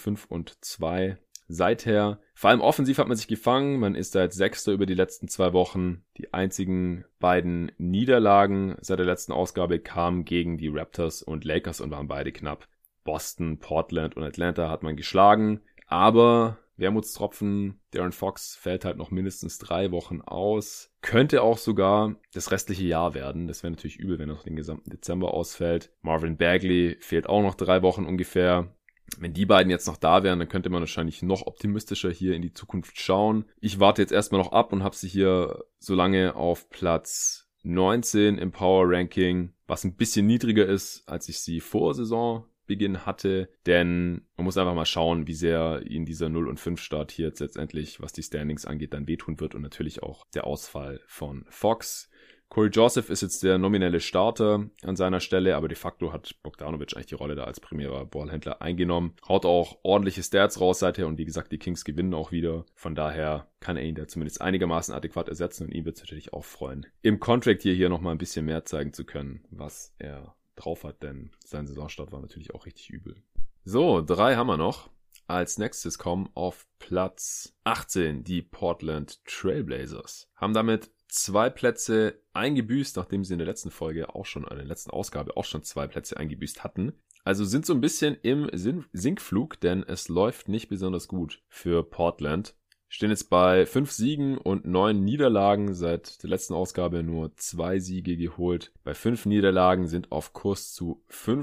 5-2 seither. Vor allem offensiv hat man sich gefangen. Man ist da jetzt Sechster über die letzten 2 Wochen. Die einzigen beiden Niederlagen seit der letzten Ausgabe kamen gegen die Raptors und Lakers und waren beide knapp. Boston, Portland und Atlanta hat man geschlagen. Aber Wermutstropfen, De'Aaron Fox fällt halt noch mindestens 3 Wochen aus. Könnte auch sogar das restliche Jahr werden. Das wäre natürlich übel, wenn er noch den gesamten Dezember ausfällt. Marvin Bagley fehlt auch noch 3 Wochen ungefähr. Wenn die beiden jetzt noch da wären, dann könnte man wahrscheinlich noch optimistischer hier in die Zukunft schauen. Ich warte jetzt erstmal noch ab und habe sie hier so lange auf Platz 19 im Power Ranking, was ein bisschen niedriger ist, als ich sie vor Saisonbeginn hatte, denn man muss einfach mal schauen, wie sehr ihnen dieser 0-5 Start hier jetzt letztendlich, was die Standings angeht, dann wehtun wird und natürlich auch der Ausfall von Fox. Corey Joseph ist jetzt der nominelle Starter an seiner Stelle, aber de facto hat Bogdanovic eigentlich die Rolle da als primärer Ballhändler eingenommen. Haut auch ordentliche Stats raus seither und wie gesagt, die Kings gewinnen auch wieder. Von daher kann er ihn da zumindest einigermaßen adäquat ersetzen und ihn wird es natürlich auch freuen, im Contract hier nochmal ein bisschen mehr zeigen zu können, was er drauf hat, denn sein Saisonstart war natürlich auch richtig übel. So, 3 haben wir noch. Als nächstes kommen auf Platz 18 die Portland Trailblazers. Haben damit 2 Plätze eingebüßt, nachdem sie in der letzten Folge auch schon, in der letzten Ausgabe auch schon 2 Plätze eingebüßt hatten. Also sind so ein bisschen im Sinkflug, denn es läuft nicht besonders gut für Portland. Stehen jetzt bei 5 Siegen und 9 Niederlagen, seit der letzten Ausgabe nur 2 Siege geholt. Bei 5 Niederlagen sind auf Kurs zu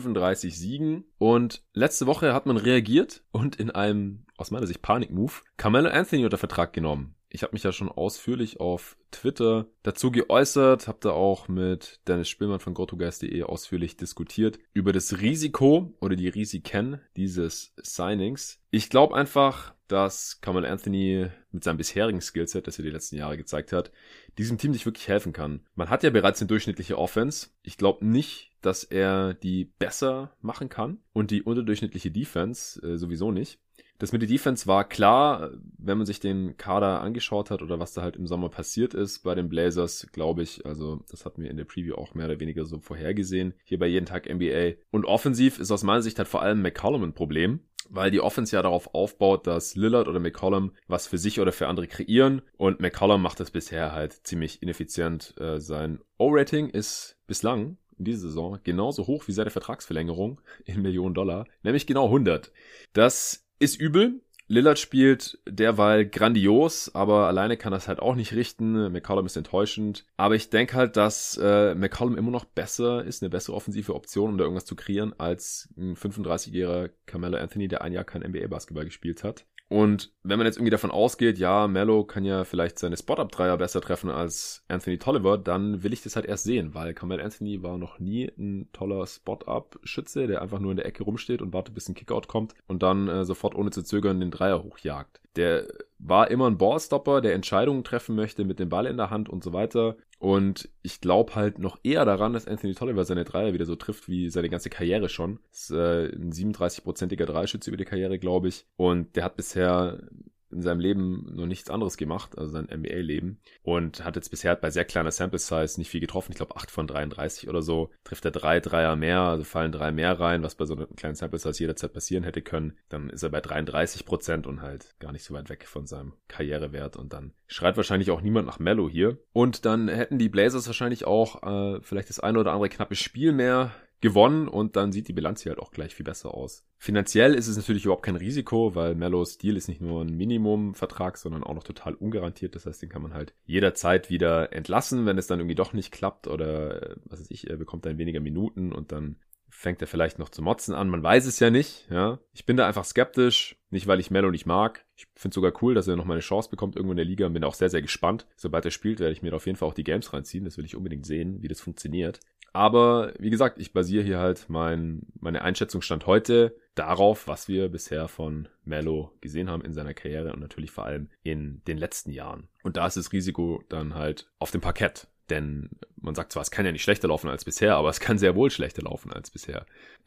35 Siegen. Und letzte Woche hat man reagiert und in einem, aus meiner Sicht, Panik-Move Carmelo Anthony unter Vertrag genommen. Ich habe mich ja schon ausführlich auf Twitter dazu geäußert, habe da auch mit Dennis Spielmann von GoToGuys.de ausführlich diskutiert über das Risiko oder die Risiken dieses Signings. Ich glaube einfach, dass Carmelo Anthony mit seinem bisherigen Skillset, das er die letzten Jahre gezeigt hat, diesem Team nicht wirklich helfen kann. Man hat ja bereits eine durchschnittliche Offense. Ich glaube nicht, dass er die besser machen kann und die unterdurchschnittliche Defense sowieso nicht. Das mit der Defense war klar, wenn man sich den Kader angeschaut hat oder was da halt im Sommer passiert ist bei den Blazers, glaube ich. Also das hatten wir in der Preview auch mehr oder weniger so vorhergesehen, hier bei Jeden Tag NBA. Und offensiv ist aus meiner Sicht halt vor allem McCollum ein Problem, weil die Offense ja darauf aufbaut, dass Lillard oder McCollum was für sich oder für andere kreieren. Und McCollum macht das bisher halt ziemlich ineffizient. Sein O-Rating ist bislang in dieser Saison genauso hoch wie seine Vertragsverlängerung in Millionen $, nämlich genau 100. Das ist übel. Lillard spielt derweil grandios, aber alleine kann das halt auch nicht richten. McCollum ist enttäuschend. Aber ich denke halt, dass McCollum immer noch besser ist, eine bessere offensive Option, um da irgendwas zu kreieren, als ein 35-jähriger Carmelo Anthony, der ein Jahr kein NBA-Basketball gespielt hat. Und wenn man jetzt irgendwie davon ausgeht, ja, Melo kann ja vielleicht seine Spot-Up-Dreier besser treffen als Anthony Tolliver, dann will ich das halt erst sehen, weil Carmelo Anthony war noch nie ein toller Spot-Up-Schütze, der einfach nur in der Ecke rumsteht und wartet, bis ein Kickout kommt und dann sofort ohne zu zögern den Dreier hochjagt. Der war immer ein Ballstopper, der Entscheidungen treffen möchte mit dem Ball in der Hand und so weiter. Und ich glaube halt noch eher daran, dass Anthony Tolliver seine Dreier wieder so trifft wie seine ganze Karriere schon. Das ist ein 37%iger Dreischütze über die Karriere, glaube ich. Und der hat bisher in seinem Leben noch nichts anderes gemacht, also sein NBA-Leben. Und hat jetzt bisher bei sehr kleiner Sample-Size nicht viel getroffen. Ich glaube 8 von 33 oder so. Trifft er 3 Dreier mehr, also fallen 3 mehr rein, was bei so einer kleinen Sample-Size jederzeit passieren hätte können. Dann ist er bei 33% und halt gar nicht so weit weg von seinem Karrierewert. Und dann schreit wahrscheinlich auch niemand nach Melo hier. Und dann hätten die Blazers wahrscheinlich auch vielleicht das eine oder andere knappe Spiel mehr gewonnen und dann sieht die Bilanz hier halt auch gleich viel besser aus. Finanziell ist es natürlich überhaupt kein Risiko, weil Melos Deal ist nicht nur ein Minimumvertrag, sondern auch noch total ungarantiert. Das heißt, den kann man halt jederzeit wieder entlassen, wenn es dann irgendwie doch nicht klappt oder was weiß ich, er bekommt dann weniger Minuten und dann fängt er vielleicht noch zu motzen an. Man weiß es ja nicht, ja. Ich bin da einfach skeptisch, nicht weil ich Melo nicht mag. Ich finde es sogar cool, dass er noch mal eine Chance bekommt irgendwo in der Liga und bin auch sehr, sehr gespannt. Sobald er spielt, werde ich mir da auf jeden Fall auch die Games reinziehen. Das will ich unbedingt sehen, wie das funktioniert. Aber wie gesagt, ich basiere hier halt meine Einschätzung Stand heute darauf, was wir bisher von Melo gesehen haben in seiner Karriere und natürlich vor allem in den letzten Jahren. Und da ist das Risiko dann halt auf dem Parkett. Denn man sagt zwar, es kann ja nicht schlechter laufen als bisher, aber es kann sehr wohl schlechter laufen als bisher.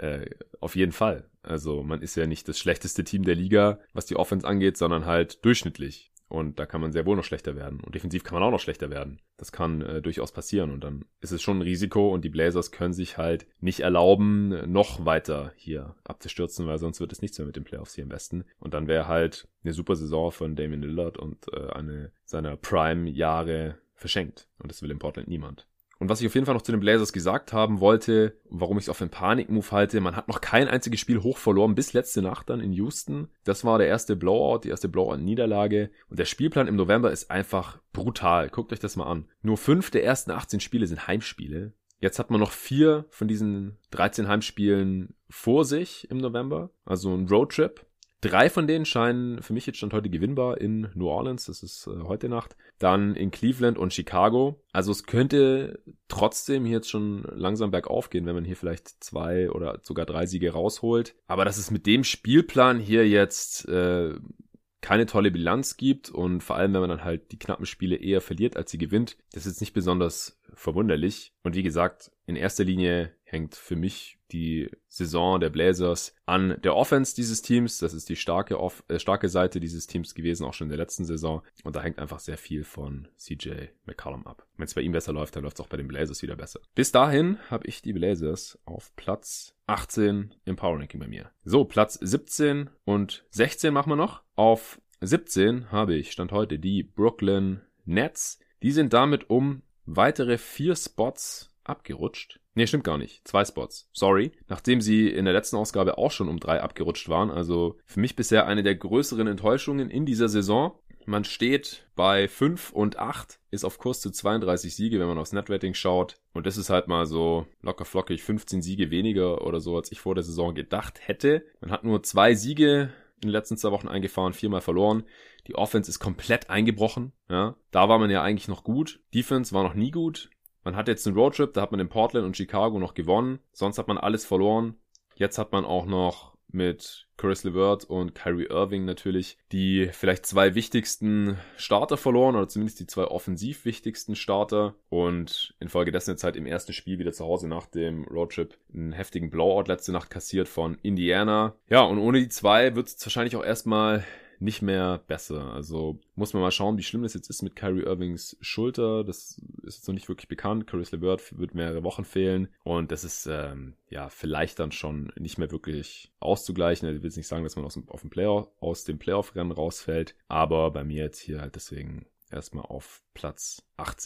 Auf jeden Fall. Also man ist ja nicht das schlechteste Team der Liga, was die Offense angeht, sondern halt durchschnittlich. Und da kann man sehr wohl noch schlechter werden. Und defensiv kann man auch noch schlechter werden. Das kann durchaus passieren. Und dann ist es schon ein Risiko. Und die Blazers können sich halt nicht erlauben, noch weiter hier abzustürzen, weil sonst wird es nichts mehr mit den Playoffs hier im Westen. Und dann wäre halt eine super Saison von Damian Lillard und eine seiner Prime-Jahre verschenkt. Und das will in Portland niemand. Und was ich auf jeden Fall noch zu den Blazers gesagt haben wollte, warum ich es auf einen Panik-Move halte, man hat noch kein einziges Spiel hoch verloren, bis letzte Nacht dann in Houston. Das war der erste Blowout, die erste Blowout-Niederlage. Und der Spielplan im November ist einfach brutal. Guckt euch das mal an. Nur 5 der ersten 18 Spiele sind Heimspiele. Jetzt hat man noch 4 von diesen 13 Heimspielen vor sich im November. Also ein Roadtrip. 3 von denen scheinen für mich jetzt Stand heute gewinnbar in New Orleans, das ist heute Nacht, dann in Cleveland und Chicago. Also es könnte trotzdem hier jetzt schon langsam bergauf gehen, wenn man hier vielleicht 2 oder sogar 3 Siege rausholt. Aber dass es mit dem Spielplan hier jetzt keine tolle Bilanz gibt und vor allem, wenn man dann halt die knappen Spiele eher verliert, als sie gewinnt, das ist jetzt nicht besonders verwunderlich. Und wie gesagt, in erster Linie hängt für mich die Saison der Blazers an der Offense dieses Teams. Das ist die starke Seite dieses Teams gewesen, auch schon in der letzten Saison. Und da hängt einfach sehr viel von CJ McCollum ab. Wenn es bei ihm besser läuft, dann läuft es auch bei den Blazers wieder besser. Bis dahin habe ich die Blazers auf Platz 18 im Power Ranking bei mir. So, Platz 17 und 16 machen wir noch. Auf 17 habe ich Stand heute die Brooklyn Nets. Die sind damit um weitere 4 Spots abgerutscht. Nee, stimmt gar nicht. 2 Spots. Sorry. Nachdem sie in der letzten Ausgabe auch schon um 3 abgerutscht waren. Also für mich bisher eine der größeren Enttäuschungen in dieser Saison. Man steht bei 5 und 8, ist auf Kurs zu 32 Siege, wenn man aufs Netrating schaut. Und das ist halt mal so locker flockig 15 Siege weniger oder so, als ich vor der Saison gedacht hätte. Man hat nur 2 Siege in den letzten 2 Wochen eingefahren, 4-mal verloren. Die Offense ist komplett eingebrochen. Ja, da war man ja eigentlich noch gut. Defense war noch nie gut. Man hat jetzt einen Roadtrip, da hat man in Portland und Chicago noch gewonnen. Sonst hat man alles verloren. Jetzt hat man auch noch mit Caris LeVert und Kyrie Irving natürlich die vielleicht 2 wichtigsten Starter verloren oder zumindest die 2 offensiv wichtigsten Starter und infolgedessen jetzt halt im ersten Spiel wieder zu Hause nach dem Roadtrip einen heftigen Blowout letzte Nacht kassiert von Indiana. Ja, und ohne die 2 wird es wahrscheinlich auch erstmal nicht mehr besser. Also muss man mal schauen, wie schlimm das jetzt ist mit Kyrie Irvings Schulter. Das ist jetzt noch nicht wirklich bekannt. Caris LeVert wird mehrere Wochen fehlen und das ist vielleicht dann schon nicht mehr wirklich auszugleichen. Ich will jetzt nicht sagen, dass man aus dem Playoff-Rennen rausfällt, aber bei mir jetzt hier halt deswegen erstmal auf Platz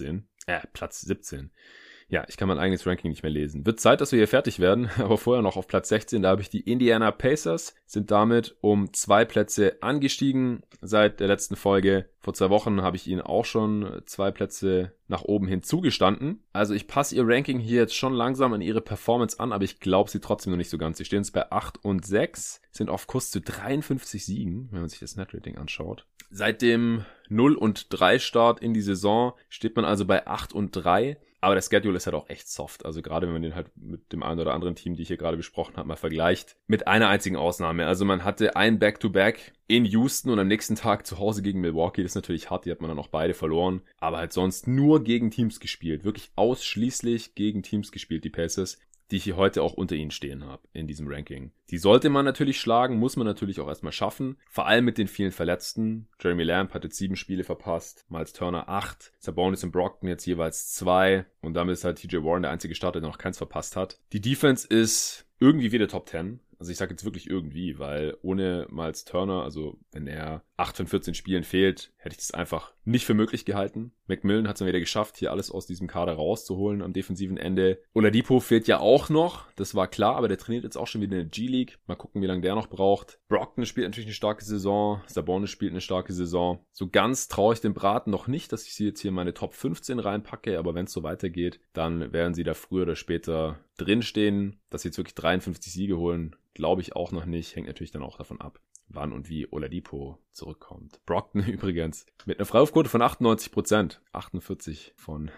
17. Ja, ich kann mein eigenes Ranking nicht mehr lesen. Wird Zeit, dass wir hier fertig werden, aber vorher noch auf Platz 16, da habe ich die Indiana Pacers, sind damit um 2 Plätze angestiegen seit der letzten Folge. Vor 2 Wochen habe ich ihnen auch schon 2 Plätze nach oben hin zugestanden. Also ich passe ihr Ranking hier jetzt schon langsam an ihre Performance an, aber ich glaube sie trotzdem noch nicht so ganz. Sie stehen jetzt bei 8 und 6, sind auf Kurs zu 53 Siegen, wenn man sich das Netrating anschaut. Seit dem 0 und 3 Start in die Saison steht man also bei 8 und 3. Aber der Schedule ist halt auch echt soft. Also gerade wenn man den halt mit dem einen oder anderen Team, die ich hier gerade besprochen habe, mal vergleicht. Mit einer einzigen Ausnahme. Also man hatte ein Back-to-Back in Houston und am nächsten Tag zu Hause gegen Milwaukee. Das ist natürlich hart, die hat man dann auch beide verloren. Aber halt sonst nur gegen Teams gespielt. Wirklich ausschließlich gegen Teams gespielt, die Pacers, die ich hier heute auch unter ihnen stehen habe in diesem Ranking. Die sollte man natürlich schlagen, muss man natürlich auch erstmal schaffen. Vor allem mit den vielen Verletzten. Jeremy Lamb hat jetzt 7 Spiele verpasst, Miles Turner 8, Sabonis und Brogdon jetzt jeweils 2 und damit ist halt TJ Warren der einzige Starter, der noch keins verpasst hat. Die Defense ist irgendwie wieder Top 10. Also ich sage jetzt wirklich irgendwie, weil ohne Miles Turner, also wenn er 8 von 14 Spielen fehlt, hätte ich das einfach nicht für möglich gehalten. McMillan hat es dann wieder geschafft, hier alles aus diesem Kader rauszuholen am defensiven Ende. Oladipo fehlt ja auch noch, das war klar, aber der trainiert jetzt auch schon wieder in der G-League. Mal gucken, wie lange der noch braucht. Brogdon spielt natürlich eine starke Saison, Sabonis spielt eine starke Saison. So ganz traue ich dem Braten noch nicht, dass ich sie jetzt hier in meine Top 15 reinpacke, aber wenn es so weitergeht, dann werden sie da früher oder später drinstehen. Dass sie jetzt wirklich 53 Siege holen, glaube ich auch noch nicht. Hängt natürlich dann auch davon ab, wann und wie Oladipo zurückkommt. Brogdon übrigens mit einer Freiwurfquote von 98%. 48 von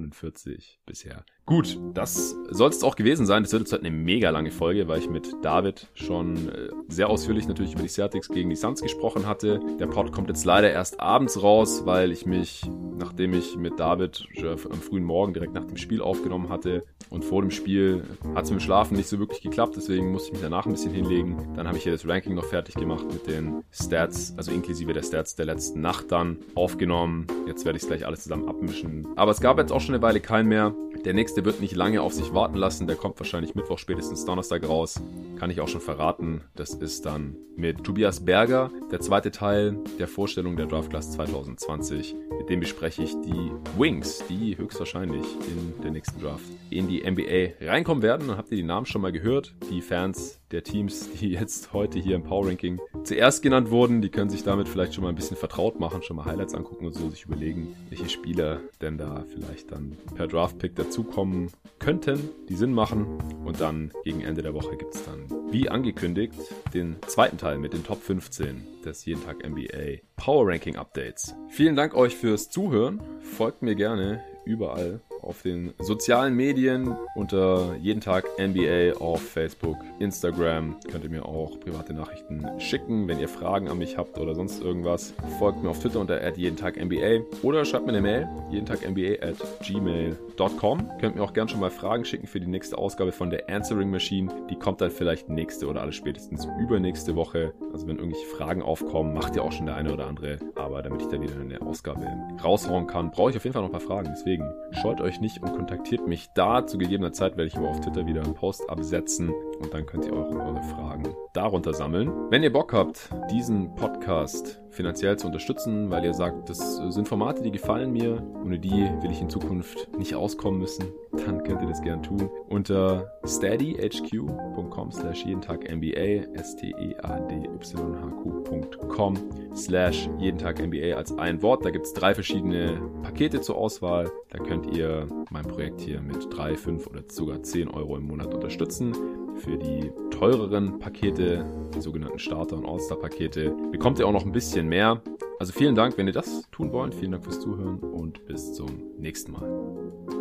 49 bisher. Gut, das soll es auch gewesen sein. Das wird jetzt halt eine mega lange Folge, weil ich mit David schon sehr ausführlich natürlich über die Celtics gegen die Suns gesprochen hatte. Der Pod kommt jetzt leider erst abends raus, weil ich mich, nachdem ich mit David am frühen Morgen direkt nach dem Spiel aufgenommen hatte und vor dem Spiel hat es mit dem Schlafen nicht so wirklich geklappt, deswegen musste ich mich danach ein bisschen hinlegen. Dann habe ich hier das Ranking noch fertig gemacht mit den Stats, also inklusive der Stats der letzten Nacht dann aufgenommen. Jetzt werde ich es gleich alles zusammen abmischen. Aber es gab jetzt auch schon eine Weile keinen mehr. Der nächste wird nicht lange auf sich warten lassen. Der kommt wahrscheinlich Mittwoch, spätestens Donnerstag raus. Kann ich auch schon verraten. Das ist dann mit Tobias Berger, der zweite Teil der Vorstellung der Draft Class 2020. Mit dem bespreche ich die Wings, die höchstwahrscheinlich in der nächsten Draft in die NBA reinkommen werden. Dann habt ihr die Namen schon mal gehört. Die Fans der Teams, die jetzt heute hier im Power Ranking zuerst genannt wurden, die können sich damit vielleicht schon mal ein bisschen vertraut machen, schon mal Highlights angucken und so sich überlegen, welche Spieler denn da vielleicht dann per Draft-Pick dazukommen könnten, die Sinn machen. Und dann gegen Ende der Woche gibt es dann, wie angekündigt, den zweiten Teil mit den Top 15 des Jeden Tag NBA Power Ranking Updates. Vielen Dank euch fürs Zuhören. Folgt mir gerne überall auf den sozialen Medien unter Jeden Tag NBA auf Facebook, Instagram. Könnt ihr mir auch private Nachrichten schicken, wenn ihr Fragen an mich habt oder sonst irgendwas. Folgt mir auf Twitter unter @jedentagNBA oder schreibt mir eine Mail, jedentagNBA@gmail.com. Könnt mir auch gerne schon mal Fragen schicken für die nächste Ausgabe von der Answering Machine. Die kommt dann vielleicht nächste oder alles spätestens übernächste Woche. Also wenn irgendwelche Fragen aufkommen, macht ja auch schon der eine oder andere. Aber damit ich da wieder eine Ausgabe raushauen kann, brauche ich auf jeden Fall noch ein paar Fragen. Deswegen scheut euch nicht und kontaktiert mich da. Zu gegebener Zeit werde ich aber auf Twitter wieder einen Post absetzen und dann könnt ihr auch eure Fragen darunter sammeln. Wenn ihr Bock habt, diesen Podcast finanziell zu unterstützen, weil ihr sagt, das sind Formate, die gefallen mir, ohne die will ich in Zukunft nicht auskommen müssen, dann könnt ihr das gerne tun. Unter steadyhq.com/jedentagNBA, steadyhq.com/jedentagNBA als ein Wort. Da gibt es 3 verschiedene Pakete zur Auswahl. Da könnt ihr mein Projekt hier mit 3, 5 oder sogar 10 Euro im Monat unterstützen. Für die teureren Pakete, die sogenannten Starter- und All-Star-Pakete, bekommt ihr auch noch ein bisschen mehr. Also vielen Dank, wenn ihr das tun wollt. Vielen Dank fürs Zuhören und bis zum nächsten Mal.